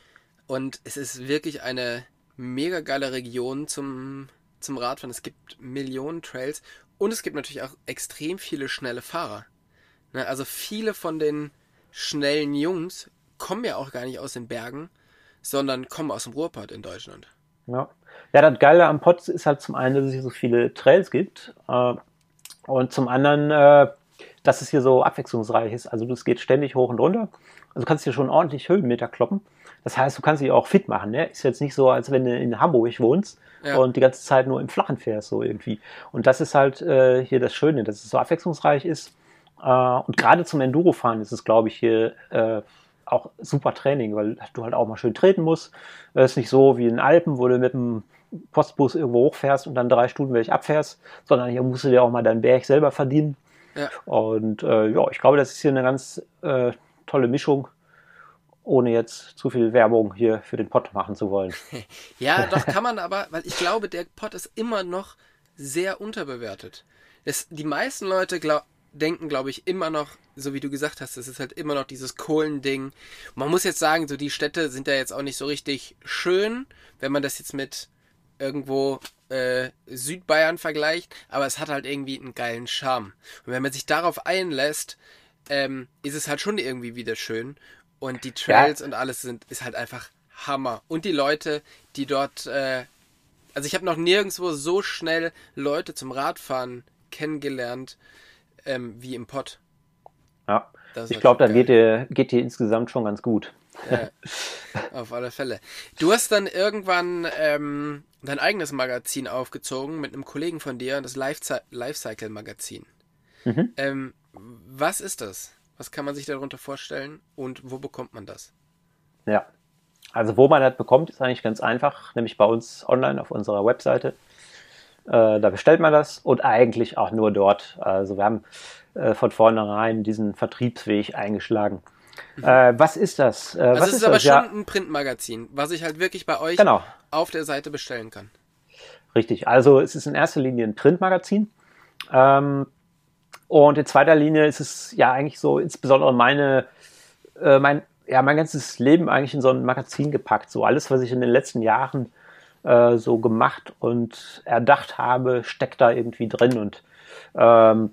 Und es ist wirklich eine mega geile Region zum, zum Radfahren. Es gibt Millionen Trails und es gibt natürlich auch extrem viele schnelle Fahrer. Ne, also viele von den schnellen Jungs kommen ja auch gar nicht aus den Bergen, sondern kommen aus dem Ruhrpott in Deutschland. Ja, ja, das Geile am Pott ist halt zum einen, dass es hier so viele Trails gibt äh, und zum anderen, äh, dass es hier so abwechslungsreich ist. Also es geht ständig hoch und runter. Also du kannst hier schon ordentlich Höhenmeter kloppen. Das heißt, du kannst dich auch fit machen. Ne? Ist jetzt nicht so, als wenn du in Hamburg wohnst ja. und die ganze Zeit nur im Flachen fährst, so irgendwie. Und das ist halt äh, hier das Schöne, dass es so abwechslungsreich ist. Äh, und gerade zum Endurofahren ist es, glaube ich, hier äh, auch super Training, weil du halt auch mal schön treten musst. Es ist nicht so wie in den Alpen, wo du mit dem Postbus irgendwo hochfährst und dann drei Stunden Berg abfährst, sondern hier musst du dir auch mal deinen Berg selber verdienen. Ja. Und äh, ja, ich glaube, das ist hier eine ganz äh, tolle Mischung, ohne jetzt zu viel Werbung hier für den Pott machen zu wollen. Ja, doch kann man aber, weil ich glaube, der Pott ist immer noch sehr unterbewertet. Das, die meisten Leute glaub, denken, glaube ich, immer noch, so wie du gesagt hast, es ist halt immer noch dieses Kohlending. Man muss jetzt sagen, so die Städte sind ja jetzt auch nicht so richtig schön, wenn man das jetzt mit irgendwo äh, Südbayern vergleicht, aber es hat halt irgendwie einen geilen Charme. Und wenn man sich darauf einlässt, ähm, ist es halt schon irgendwie wieder schön. Und die Trails ja. und alles sind, ist halt einfach Hammer. Und die Leute, die dort, äh, also ich habe noch nirgendwo so schnell Leute zum Radfahren kennengelernt, ähm, wie im Pott. Ja, ich glaube, da geht dir, geht dir insgesamt schon ganz gut. Ja, auf alle Fälle. Du hast dann irgendwann ähm, dein eigenes Magazin aufgezogen mit einem Kollegen von dir, das Lifecycle-Magazin. Mhm. Ähm, was ist das? Was kann man sich darunter vorstellen und wo bekommt man das? Ja, also wo man das bekommt, ist eigentlich ganz einfach, nämlich bei uns online auf unserer Webseite. Äh, da bestellt man das und eigentlich auch nur dort. Also wir haben äh, von vornherein diesen Vertriebsweg eingeschlagen. Mhm. Äh, was ist das? Äh, also was es ist, ist aber das? schon Ja, ein Printmagazin, was ich halt wirklich bei euch genau. auf der Seite bestellen kann. Richtig, also es ist in erster Linie ein Printmagazin. Ähm, Und in zweiter Linie ist es ja eigentlich so, insbesondere meine, äh, mein, ja, mein ganzes Leben eigentlich in so ein Magazin gepackt. So alles, was ich in den letzten Jahren äh, so gemacht und erdacht habe, steckt da irgendwie drin. Und ähm,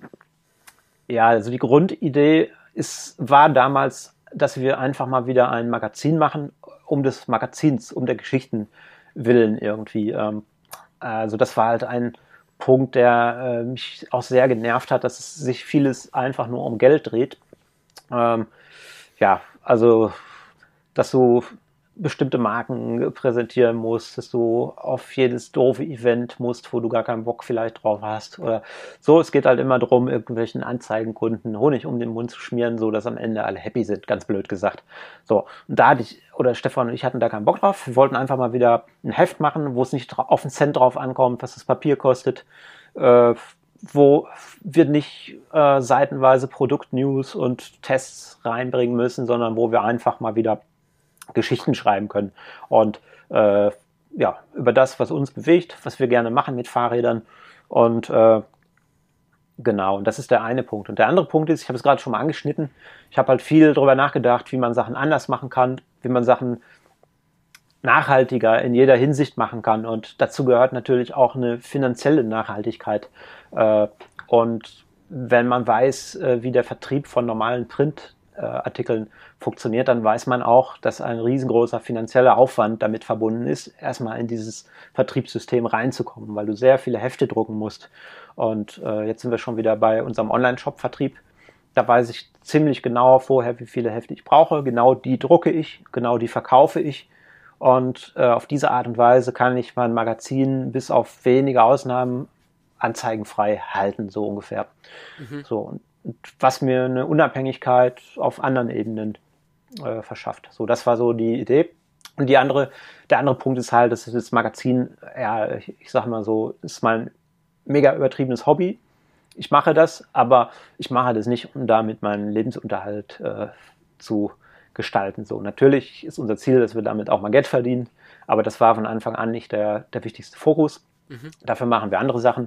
ja, also die Grundidee ist, war damals, dass wir einfach mal wieder ein Magazin machen, um des Magazins, um der Geschichten willen irgendwie. Ähm, also das war halt ein Punkt, der äh, mich auch sehr genervt hat, dass es sich vieles einfach nur um Geld dreht. Ähm, ja, also, dass du bestimmte Marken präsentieren musst, dass du auf jedes doofe Event musst, wo du gar keinen Bock vielleicht drauf hast oder so. Es geht halt immer darum, irgendwelchen Anzeigenkunden Honig um den Mund zu schmieren, so dass am Ende alle happy sind, ganz blöd gesagt. So, und da hatte ich, oder Stefan und ich hatten da keinen Bock drauf. Wir wollten einfach mal wieder ein Heft machen, wo es nicht auf einen Cent drauf ankommt, was das Papier kostet, äh, wo wir nicht äh, seitenweise Produktnews und Tests reinbringen müssen, sondern wo wir einfach mal wieder Geschichten schreiben können und äh, ja, über das, was uns bewegt, was wir gerne machen mit Fahrrädern und äh, genau, und das ist der eine Punkt. Und der andere Punkt ist, ich habe es gerade schon mal angeschnitten, ich habe halt viel darüber nachgedacht, wie man Sachen anders machen kann, wie man Sachen nachhaltiger in jeder Hinsicht machen kann und dazu gehört natürlich auch eine finanzielle Nachhaltigkeit äh, und wenn man weiß, äh, wie der Vertrieb von normalen Print äh, Artikeln funktioniert, dann weiß man auch, dass ein riesengroßer finanzieller Aufwand damit verbunden ist, erstmal in dieses Vertriebssystem reinzukommen, weil du sehr viele Hefte drucken musst. Und äh, jetzt sind wir schon wieder bei unserem Online-Shop-Vertrieb. Da weiß ich ziemlich genau vorher, wie viele Hefte ich brauche. Genau die drucke ich, genau die verkaufe ich. Und äh, auf diese Art und Weise kann ich mein Magazin bis auf wenige Ausnahmen anzeigenfrei halten, so ungefähr. Mhm. So, und, und was mir eine Unabhängigkeit auf anderen Ebenen äh, verschafft. So, das war so die Idee. Und die andere, der andere Punkt ist halt, dass das Magazin, ja, ich, ich sag mal so, ist mein mega übertriebenes Hobby. Ich mache das, aber ich mache das nicht, um damit meinen Lebensunterhalt äh, zu gestalten. So, natürlich ist unser Ziel, dass wir damit auch mal Geld verdienen, aber das war von Anfang an nicht der, der wichtigste Fokus. Mhm. Dafür machen wir andere Sachen,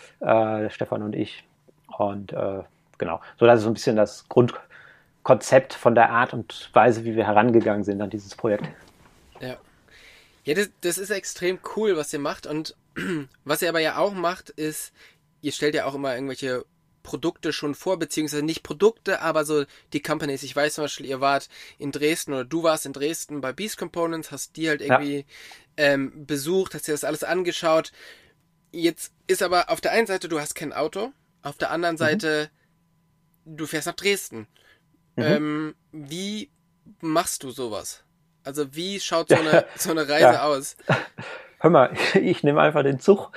äh, Stefan und ich. Und äh, genau, so das ist so ein bisschen das Grundkonzept von der Art und Weise, wie wir herangegangen sind an dieses Projekt. Ja, ja das, das ist extrem cool, was ihr macht. Und was ihr aber ja auch macht, ist, ihr stellt ja auch immer irgendwelche Produkte schon vor, beziehungsweise nicht Produkte, aber so die Companies. Ich weiß zum Beispiel, ihr wart in Dresden oder du warst in Dresden bei Beast Components, hast die halt irgendwie ja. ähm, besucht, hast dir das alles angeschaut. Jetzt ist aber auf der einen Seite, du hast kein Auto, auf der anderen Seite, mhm. du fährst nach Dresden. Mhm. Ähm, wie machst du sowas? Also wie schaut so eine, so eine Reise ja. aus? Hör mal, ich nehme einfach den Zug.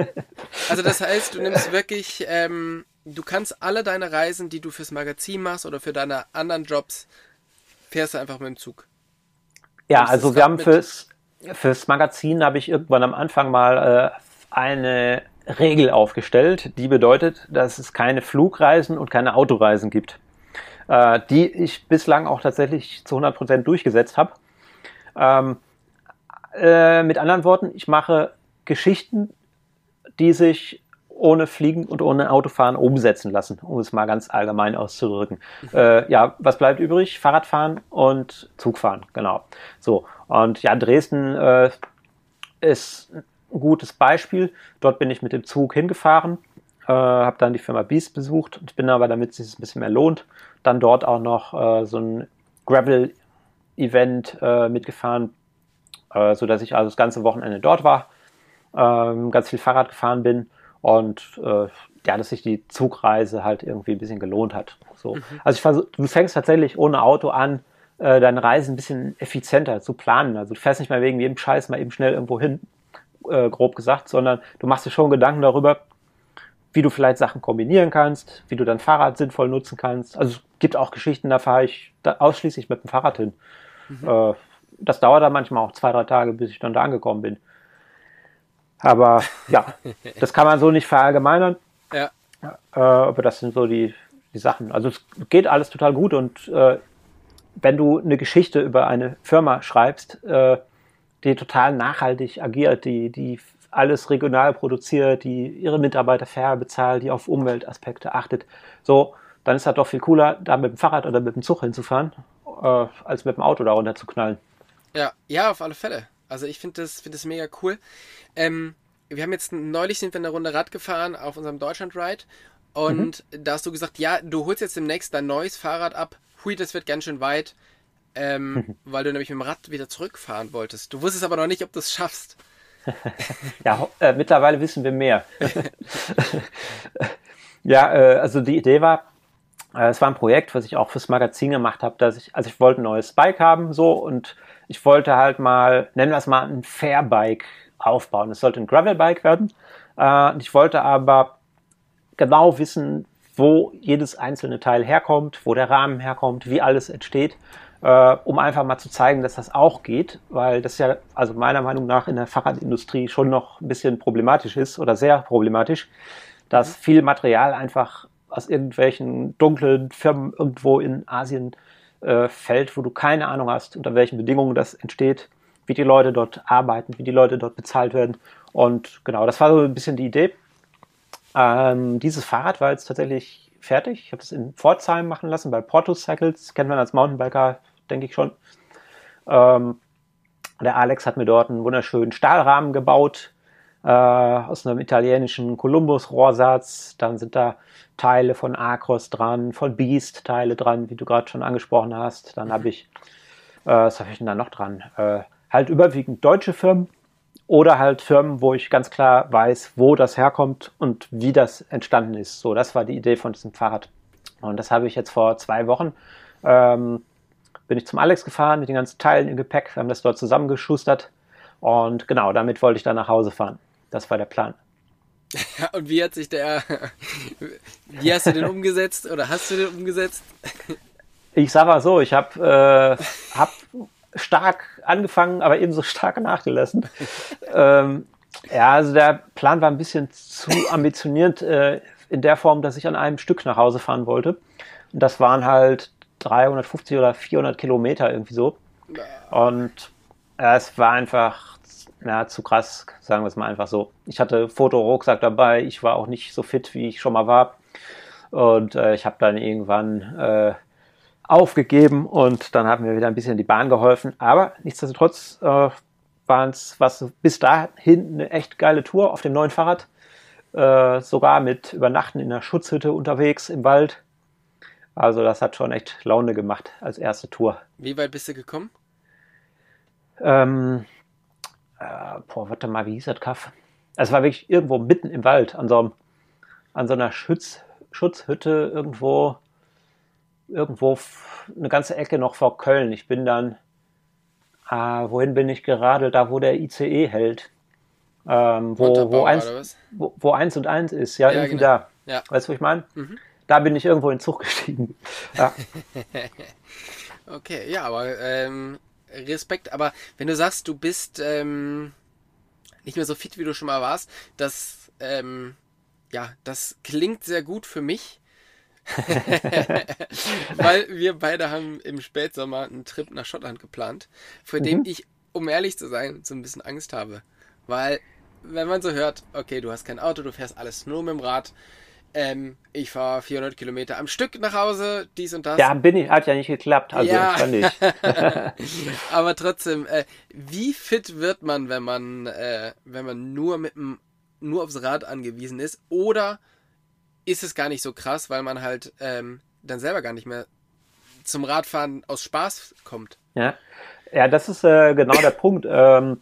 Also das heißt, du nimmst wirklich, ähm, du kannst alle deine Reisen, die du fürs Magazin machst oder für deine anderen Jobs, fährst du einfach mit dem Zug. Ja, also wir haben fürs, fürs Magazin habe ich irgendwann am Anfang mal äh, eine Regel aufgestellt, die bedeutet, dass es keine Flugreisen und keine Autoreisen gibt, äh, die ich bislang auch tatsächlich zu hundert Prozent durchgesetzt habe. Ähm, äh, mit anderen Worten, ich mache Geschichten, die sich ohne Fliegen und ohne Autofahren umsetzen lassen, um es mal ganz allgemein auszudrücken. Mhm. Äh, ja, was bleibt übrig? Fahrradfahren und Zugfahren, genau. So, und ja, Dresden äh, ist ein gutes Beispiel. Dort bin ich mit dem Zug hingefahren, äh, habe dann die Firma Beast besucht und bin aber, damit es sich ein bisschen mehr lohnt, dann dort auch noch äh, so ein Gravel-Event äh, mitgefahren, äh, sodass ich also das ganze Wochenende dort war, äh, ganz viel Fahrrad gefahren bin und äh, ja, dass sich die Zugreise halt irgendwie ein bisschen gelohnt hat. So. Mhm. Also ich versuch, du fängst tatsächlich ohne Auto an, äh, deine Reise ein bisschen effizienter zu planen. Also du fährst nicht mal wegen jedem Scheiß mal eben schnell irgendwo hin, äh, grob gesagt, sondern du machst dir schon Gedanken darüber, wie du vielleicht Sachen kombinieren kannst, wie du dein Fahrrad sinnvoll nutzen kannst. Also es gibt auch Geschichten, da fahre ich da ausschließlich mit dem Fahrrad hin. Mhm. Äh, das dauert dann manchmal auch zwei, drei Tage, bis ich dann da angekommen bin. Aber ja, das kann man so nicht verallgemeinern. Ja. Äh, aber das sind so die, die Sachen. Also es geht alles total gut und äh, wenn du eine Geschichte über eine Firma schreibst, äh, die total nachhaltig agiert, die, die alles regional produziert, die ihre Mitarbeiter fair bezahlt, die auf Umweltaspekte achtet, so, dann ist das doch viel cooler, da mit dem Fahrrad oder mit dem Zug hinzufahren, äh, als mit dem Auto da runter zu knallen. Ja, ja, auf alle Fälle. Also ich finde das, find das mega cool. Ähm, wir haben jetzt neulich sind wir eine Runde Rad gefahren auf unserem Deutschland-Ride und mhm. da hast du gesagt, ja, du holst jetzt demnächst dein neues Fahrrad ab. Hui, das wird ganz schön weit, ähm, mhm. weil du nämlich mit dem Rad wieder zurückfahren wolltest. Du wusstest aber noch nicht, ob du es schaffst. Ja, äh, mittlerweile wissen wir mehr. Ja, äh, also die Idee war, äh, es war ein Projekt, was ich auch fürs Magazin gemacht habe, dass ich, also ich wollte ein neues Bike haben, so, und ich wollte halt mal, nennen wir es mal, ein Fairbike aufbauen. Es sollte ein Gravelbike werden. Äh, und ich wollte aber genau wissen, wo jedes einzelne Teil herkommt, wo der Rahmen herkommt, wie alles entsteht, äh, um einfach mal zu zeigen, dass das auch geht, weil das ja, also meiner Meinung nach in der Fahrradindustrie schon noch ein bisschen problematisch ist oder sehr problematisch, dass viel Material einfach aus irgendwelchen dunklen Firmen irgendwo in Asien äh, fällt, wo du keine Ahnung hast, unter welchen Bedingungen das entsteht, wie die Leute dort arbeiten, wie die Leute dort bezahlt werden. Und genau, das war so ein bisschen die Idee. Ähm, dieses Fahrrad war jetzt tatsächlich fertig. Ich habe es in Pforzheim machen lassen, bei Porto Cycles, kennt man als Mountainbiker, denke ich schon. Ähm, der Alex hat mir dort einen wunderschönen Stahlrahmen gebaut, äh, aus einem italienischen Columbus-Rohrsatz. Dann sind da Teile von Acros dran, von Beast Teile dran, wie du gerade schon angesprochen hast. Dann habe ich, äh, was habe ich denn da noch dran? Äh, halt überwiegend deutsche Firmen oder halt Firmen, wo ich ganz klar weiß, wo das herkommt und wie das entstanden ist. So, das war die Idee von diesem Fahrrad. Und das habe ich jetzt vor zwei Wochen, ähm, bin ich zum Alex gefahren mit den ganzen Teilen im Gepäck. Wir haben das dort zusammengeschustert. Und genau, damit wollte ich dann nach Hause fahren. Das war der Plan. Ja, und wie hat sich der, wie hast du den umgesetzt oder hast du den umgesetzt? Ich sag mal so, ich habe äh, hab stark angefangen, aber ebenso stark nachgelassen. ähm, ja, also der Plan war ein bisschen zu ambitioniert äh, in der Form, dass ich an einem Stück nach Hause fahren wollte. Und das waren halt dreihundertfufzig oder vierhundert Kilometer irgendwie so. Und ja, es war einfach ja, zu krass, sagen wir es mal einfach so. Ich hatte Fotorucksack dabei, ich war auch nicht so fit, wie ich schon mal war. Und äh, ich habe dann irgendwann äh, aufgegeben und dann hat mir wieder ein bisschen die Bahn geholfen. Aber nichtsdestotrotz äh, waren es was bis dahin eine echt geile Tour auf dem neuen Fahrrad. Äh, sogar mit Übernachten in der Schutzhütte unterwegs im Wald. Also das hat schon echt Laune gemacht als erste Tour. Wie weit bist du gekommen? Ähm, äh, boah, warte mal, wie hieß das Kaff? Es war wirklich irgendwo mitten im Wald, an so, einem, an so einer Schutz, Schutzhütte irgendwo, irgendwo eine ganze Ecke noch vor Köln. Ich bin dann, äh, wohin bin ich geradelt? Da, wo der I C E hält. Ähm, wo, wo, eins, wo, wo eins und eins ist, ja, ja irgendwie genau. Da. Ja. Weißt du, was ich meine? Mhm. Da bin ich irgendwo in den Zug gestiegen. Ja. Okay, ja, aber ähm, Respekt. Aber wenn du sagst, du bist ähm, nicht mehr so fit, wie du schon mal warst, das, ähm, ja, das klingt sehr gut für mich. Weil wir beide haben im Spätsommer einen Trip nach Schottland geplant, vor mhm. dem ich, um ehrlich zu sein, so ein bisschen Angst habe. Weil, wenn man so hört, okay, du hast kein Auto, du fährst alles nur mit dem Rad, ähm, ich fahre vierhundert Kilometer am Stück nach Hause, dies und das. Ja, bin ich, hat ja nicht geklappt, also ja. kann nicht. Aber trotzdem, äh, wie fit wird man, wenn man, äh, wenn man nur mit dem, nur aufs Rad angewiesen ist? Oder ist es gar nicht so krass, weil man halt ähm, dann selber gar nicht mehr zum Radfahren aus Spaß kommt? Ja, ja, das ist äh, genau der Punkt. Ähm,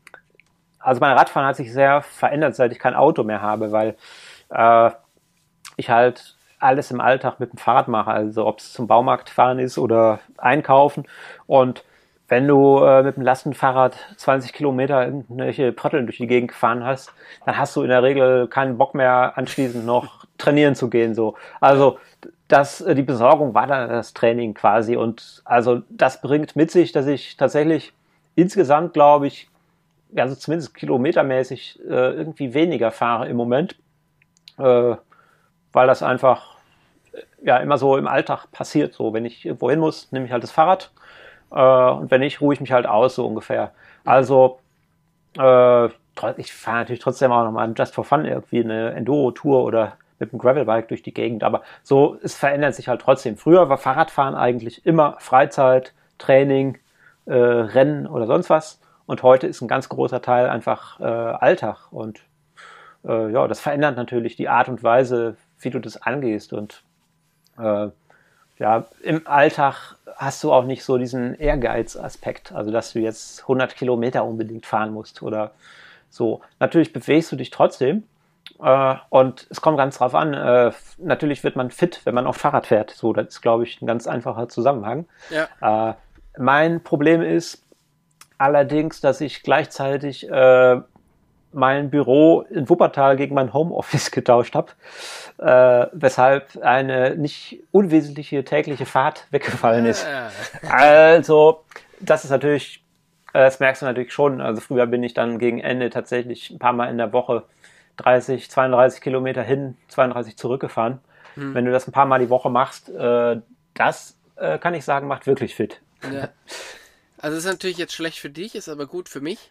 also mein Radfahren hat sich sehr verändert, seit ich kein Auto mehr habe, weil äh, ich halt alles im Alltag mit dem Fahrrad mache, also ob es zum Baumarkt fahren ist oder einkaufen. Und wenn du äh, mit dem Lastenfahrrad zwanzig Kilometer irgendwelche Prötteln durch die Gegend gefahren hast, dann hast du in der Regel keinen Bock mehr, anschließend noch trainieren zu gehen. So. Also das, die Besorgung war dann das Training quasi. Und also das bringt mit sich, dass ich tatsächlich insgesamt, glaube ich, also zumindest kilometermäßig äh, irgendwie weniger fahre im Moment, äh, weil das einfach ja immer so im Alltag passiert. So, wenn ich irgendwo hin muss, nehme ich halt das Fahrrad äh, und wenn nicht, ruhe ich mich halt aus, so ungefähr. Also äh, ich fahre natürlich trotzdem auch nochmal just for fun irgendwie eine Enduro-Tour oder mit einem Gravelbike durch die Gegend, aber so, es verändert sich halt trotzdem. Früher war Fahrradfahren eigentlich immer Freizeit, Training, äh, Rennen oder sonst was. Und heute ist ein ganz großer Teil einfach äh, Alltag. Und äh, ja, das verändert natürlich die Art und Weise, wie du das angehst. Und äh, ja, im Alltag hast du auch nicht so diesen Ehrgeiz-Aspekt, also dass du jetzt hundert Kilometer unbedingt fahren musst oder so. Natürlich bewegst du dich trotzdem. Äh, und es kommt ganz drauf an. Äh, natürlich wird man fit, wenn man auf Fahrrad fährt. So, das ist, glaube ich, ein ganz einfacher Zusammenhang. Ja. Äh, mein Problem ist allerdings, dass ich gleichzeitig äh, mein Büro in Wuppertal gegen mein Homeoffice getauscht habe, äh, weshalb eine nicht unwesentliche tägliche Fahrt weggefallen ist. Ja. Also, das ist natürlich, äh, das merkst du natürlich schon. Also früher bin ich dann gegen Ende tatsächlich ein paar Mal in der Woche dreißig, zweiunddreißig Kilometer hin, zweiunddreißig zurückgefahren. Hm. Wenn du das ein paar Mal die Woche machst, äh, das äh, kann ich sagen, macht wirklich fit. Ja. Also ist natürlich jetzt schlecht für dich, ist aber gut für mich,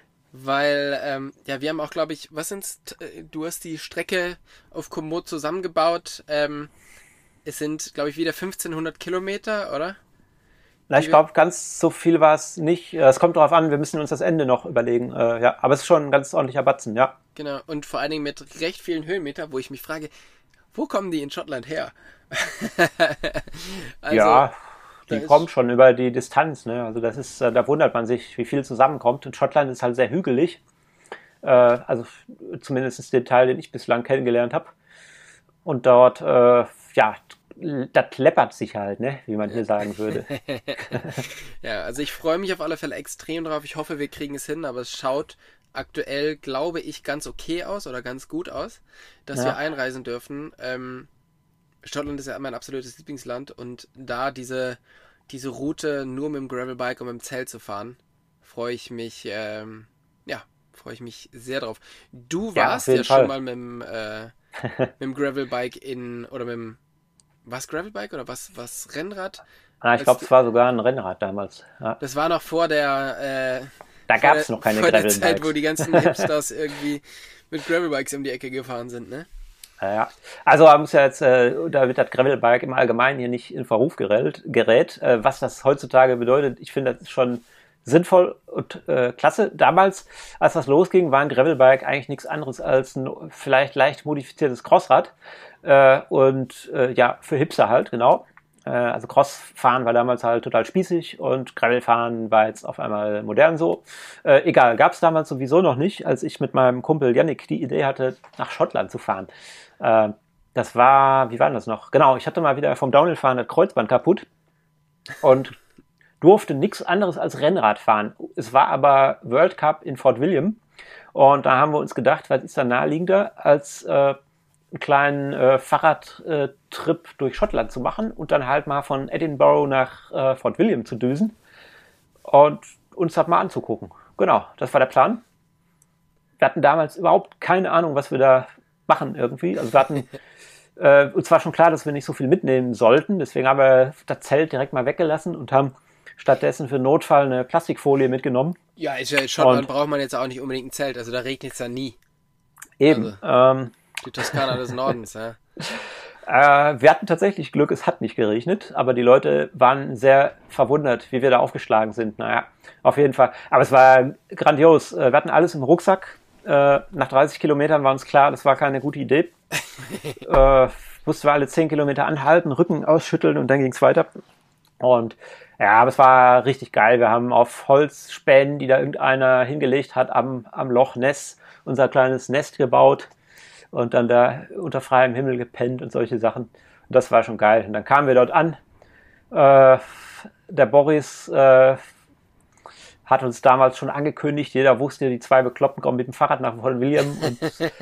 weil, ähm, ja, wir haben auch, glaube ich, was sind's, du hast die Strecke auf Komoot zusammengebaut, ähm, es sind, glaube ich, wieder fünfzehnhundert Kilometer, oder? Na, ich glaube, ganz so viel war es nicht. Es kommt darauf an, wir müssen uns das Ende noch überlegen. Äh, ja, aber es ist schon ein ganz ordentlicher Batzen, ja. Genau, und vor allen Dingen mit recht vielen Höhenmeter, wo ich mich frage, wo kommen die in Schottland her? also, ja, die kommen schon über die Distanz, ne? Also das ist, da wundert man sich, wie viel zusammenkommt. Und Schottland ist halt sehr hügelig. Äh, also zumindest den Teil, den ich bislang kennengelernt habe. Und dort, äh, ja, das läppert sich halt, ne, wie man hier sagen würde. Ja, also ich freue mich auf alle Fälle extrem drauf. Ich hoffe, wir kriegen es hin, aber es schaut aktuell, glaube ich, ganz okay aus oder ganz gut aus, dass ja. wir einreisen dürfen. Ähm, Schottland ist ja mein absolutes Lieblingsland und da diese, diese Route nur mit dem Gravelbike und mit dem Zelt zu fahren, freue ich mich, ähm, ja, freue ich mich sehr drauf. Du warst ja, ja schon mal mit dem, äh, mit dem Gravelbike in, oder mit dem Was Gravelbike oder was, was Rennrad? Ah, ich glaube, es war sogar ein Rennrad damals. Ja. Das war noch vor der... Äh, da gab es noch keine Gravelbikes. Vor der Zeit, wo die ganzen Hipsters irgendwie mit Gravelbikes um die Ecke gefahren sind, ne? Ja, also man muss ja jetzt, äh, da wird das Gravelbike im Allgemeinen hier nicht in Verruf gerät. gerät äh, was das heutzutage bedeutet, ich finde, das ist schon sinnvoll und äh, klasse. Damals, als das losging, war ein Gravelbike eigentlich nichts anderes als ein vielleicht leicht modifiziertes Crossrad. Äh, und äh, ja, für Hipster halt, genau. Äh, also Crossfahren war damals halt total spießig und Gravelfahren war jetzt auf einmal modern so. Äh, egal, gab es damals sowieso noch nicht, als ich mit meinem Kumpel Yannick die Idee hatte, nach Schottland zu fahren. Äh, das war, wie war das noch? Genau, ich hatte mal wieder vom Downhillfahren das Kreuzband kaputt und durfte nichts anderes als Rennrad fahren. Es war aber World Cup in Fort William und da haben wir uns gedacht, was ist da naheliegender, als äh, einen kleinen äh, Fahrradtrip durch Schottland zu machen und dann halt mal von Edinburgh nach äh, Fort William zu düsen und uns das mal anzugucken. Genau, das war der Plan. Wir hatten damals überhaupt keine Ahnung, was wir da machen irgendwie. Also wir hatten äh, uns war schon klar, dass wir nicht so viel mitnehmen sollten, deswegen haben wir das Zelt direkt mal weggelassen und haben stattdessen für Notfall eine Plastikfolie mitgenommen. Ja, ist ja in Schottland braucht man jetzt auch nicht unbedingt ein Zelt, also da regnet es ja nie. Eben. Also, ähm, die Toskana des Nordens, ja. Äh, wir hatten tatsächlich Glück, es hat nicht geregnet, aber die Leute waren sehr verwundert, wie wir da aufgeschlagen sind. Naja, auf jeden Fall. Aber es war grandios. Wir hatten alles im Rucksack. Äh, nach dreißig Kilometern war uns klar, das war keine gute Idee. äh, mussten wir alle zehn Kilometer anhalten, Rücken ausschütteln und dann ging es weiter. Und ja, aber es war richtig geil. Wir haben auf Holzspänen, die da irgendeiner hingelegt hat, am, am Loch Ness unser kleines Nest gebaut und dann da unter freiem Himmel gepennt und solche Sachen. Und das war schon geil. Und dann kamen wir dort an. Äh, der Boris äh, hat uns damals schon angekündigt, jeder wusste, die zwei Bekloppten kommen mit dem Fahrrad nach Fort William. Und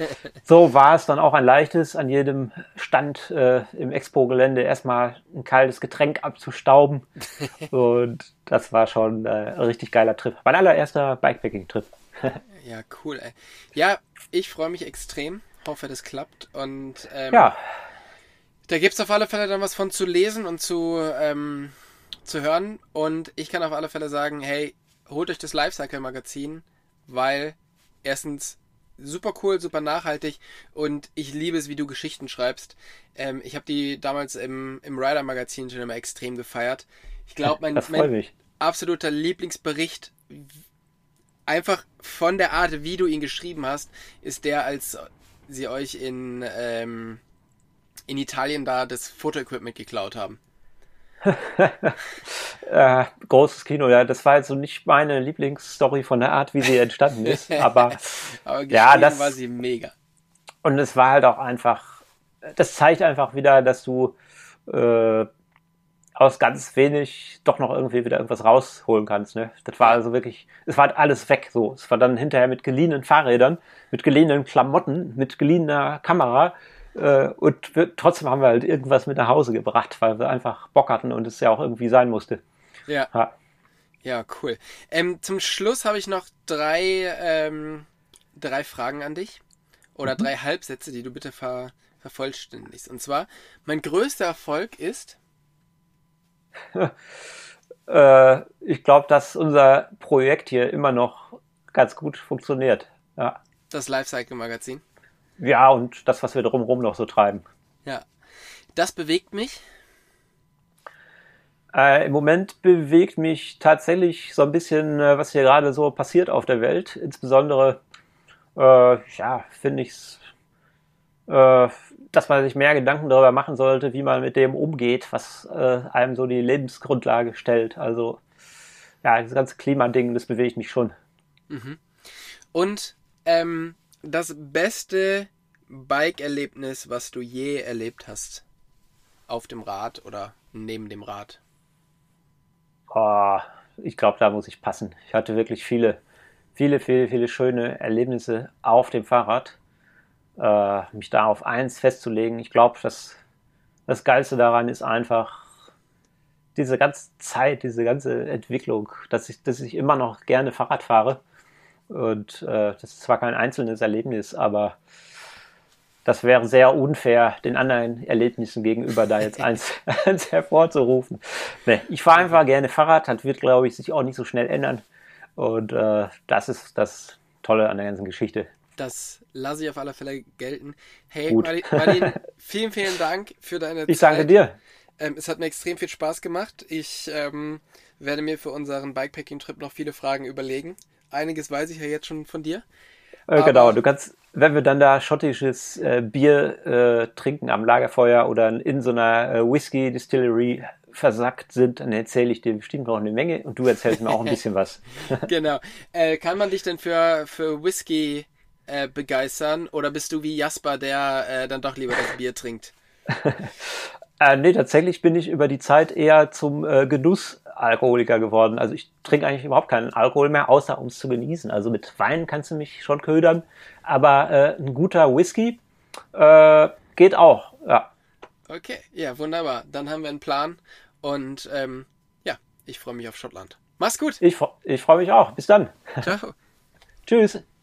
so war es dann auch ein leichtes, an jedem Stand äh, im Expo-Gelände erstmal ein kaltes Getränk abzustauben. Und das war schon äh, ein richtig geiler Trip. Mein allererster Bikepacking-Trip. Ja, cool, ey. Ja, ich freue mich extrem. Hoffe, das klappt. Und ähm, ja. Da gibt es auf alle Fälle dann was von zu lesen und zu, ähm, zu hören. Und ich kann auf alle Fälle sagen, hey, holt euch das Lifecycle-Magazin, weil erstens super cool, super nachhaltig und ich liebe es, wie du Geschichten schreibst. Ähm, ich habe die damals im, im Rider-Magazin schon immer extrem gefeiert. Ich glaube, mein, mein absoluter Lieblingsbericht, einfach von der Art, wie du ihn geschrieben hast, ist der, als sie euch in, ähm, in Italien da das Fotoequipment geklaut haben. äh, großes Kino, ja, das war jetzt so nicht meine Lieblingsstory von der Art, wie sie entstanden ist, aber, aber ja, das war sie mega. Und es war halt auch einfach, das zeigt einfach wieder, dass du äh, aus ganz wenig doch noch irgendwie wieder irgendwas rausholen kannst, ne? Das war also wirklich, es war halt alles weg, so. Es war dann hinterher mit geliehenen Fahrrädern, mit geliehenen Klamotten, mit geliehener Kamera. Und wir, trotzdem haben wir halt irgendwas mit nach Hause gebracht, weil wir einfach Bock hatten und es ja auch irgendwie sein musste. Ja, ja, ja, cool. Ähm, zum Schluss habe ich noch drei, ähm, drei Fragen an dich. Oder mhm. drei Halbsätze, die du bitte ver, vervollständigst. Und zwar, mein größter Erfolg ist? äh, ich glaube, dass unser Projekt hier immer noch ganz gut funktioniert. Ja. Das Lifecycle-Magazin? Ja, und das, was wir drumherum noch so treiben. Ja. Das bewegt mich? Äh, Im Moment bewegt mich tatsächlich so ein bisschen, äh, was hier gerade so passiert auf der Welt. Insbesondere, äh, ja, finde ich es, äh, dass man sich mehr Gedanken darüber machen sollte, wie man mit dem umgeht, was äh, einem so die Lebensgrundlage stellt. Also, ja, das ganze Klimading, das bewegt mich schon. Mhm. Und ähm, das beste Bike-Erlebnis, was du je erlebt hast? Auf dem Rad oder neben dem Rad? Oh, ich glaube, da muss ich passen. Ich hatte wirklich viele, viele, viele, viele schöne Erlebnisse auf dem Fahrrad. Äh, mich da auf eins festzulegen. Ich glaube, das, das Geilste daran ist einfach diese ganze Zeit, diese ganze Entwicklung, dass ich, dass ich immer noch gerne Fahrrad fahre. Und äh, das ist zwar kein einzelnes Erlebnis, aber das wäre sehr unfair, den anderen Erlebnissen gegenüber da jetzt eins, eins hervorzurufen. Nee, ich fahre einfach gerne Fahrrad, das wird, glaube ich, sich auch nicht so schnell ändern. Und äh, das ist das Tolle an der ganzen Geschichte. Das lasse ich auf alle Fälle gelten. Hey, Gut. Martin, Martin, vielen, vielen Dank für deine Zeit. Ich danke dir. Ähm, es hat mir extrem viel Spaß gemacht. Ich ähm, werde mir für unseren Bikepacking-Trip noch viele Fragen überlegen. Einiges weiß ich ja jetzt schon von dir. Äh, genau, du kannst, wenn wir dann da schottisches äh, Bier äh, trinken am Lagerfeuer oder in so einer äh, Whisky-Distillery versackt sind, dann erzähle ich dir bestimmt noch eine Menge und du erzählst mir auch ein bisschen was. Genau. Äh, kann man dich denn für, für Whisky äh, begeistern oder bist du wie Jasper, der äh, dann doch lieber das Bier trinkt? Äh, nee, tatsächlich bin ich über die Zeit eher zum äh, Genussalkoholiker geworden. Also ich trinke eigentlich überhaupt keinen Alkohol mehr, außer um es zu genießen. Also mit Wein kannst du mich schon ködern, aber äh, ein guter Whisky äh, geht auch, ja. Okay, ja, wunderbar. Dann haben wir einen Plan und ähm, ja, ich freue mich auf Schottland. Mach's gut. Ich, ich freue mich auch. Bis dann. Ciao. Tschüss.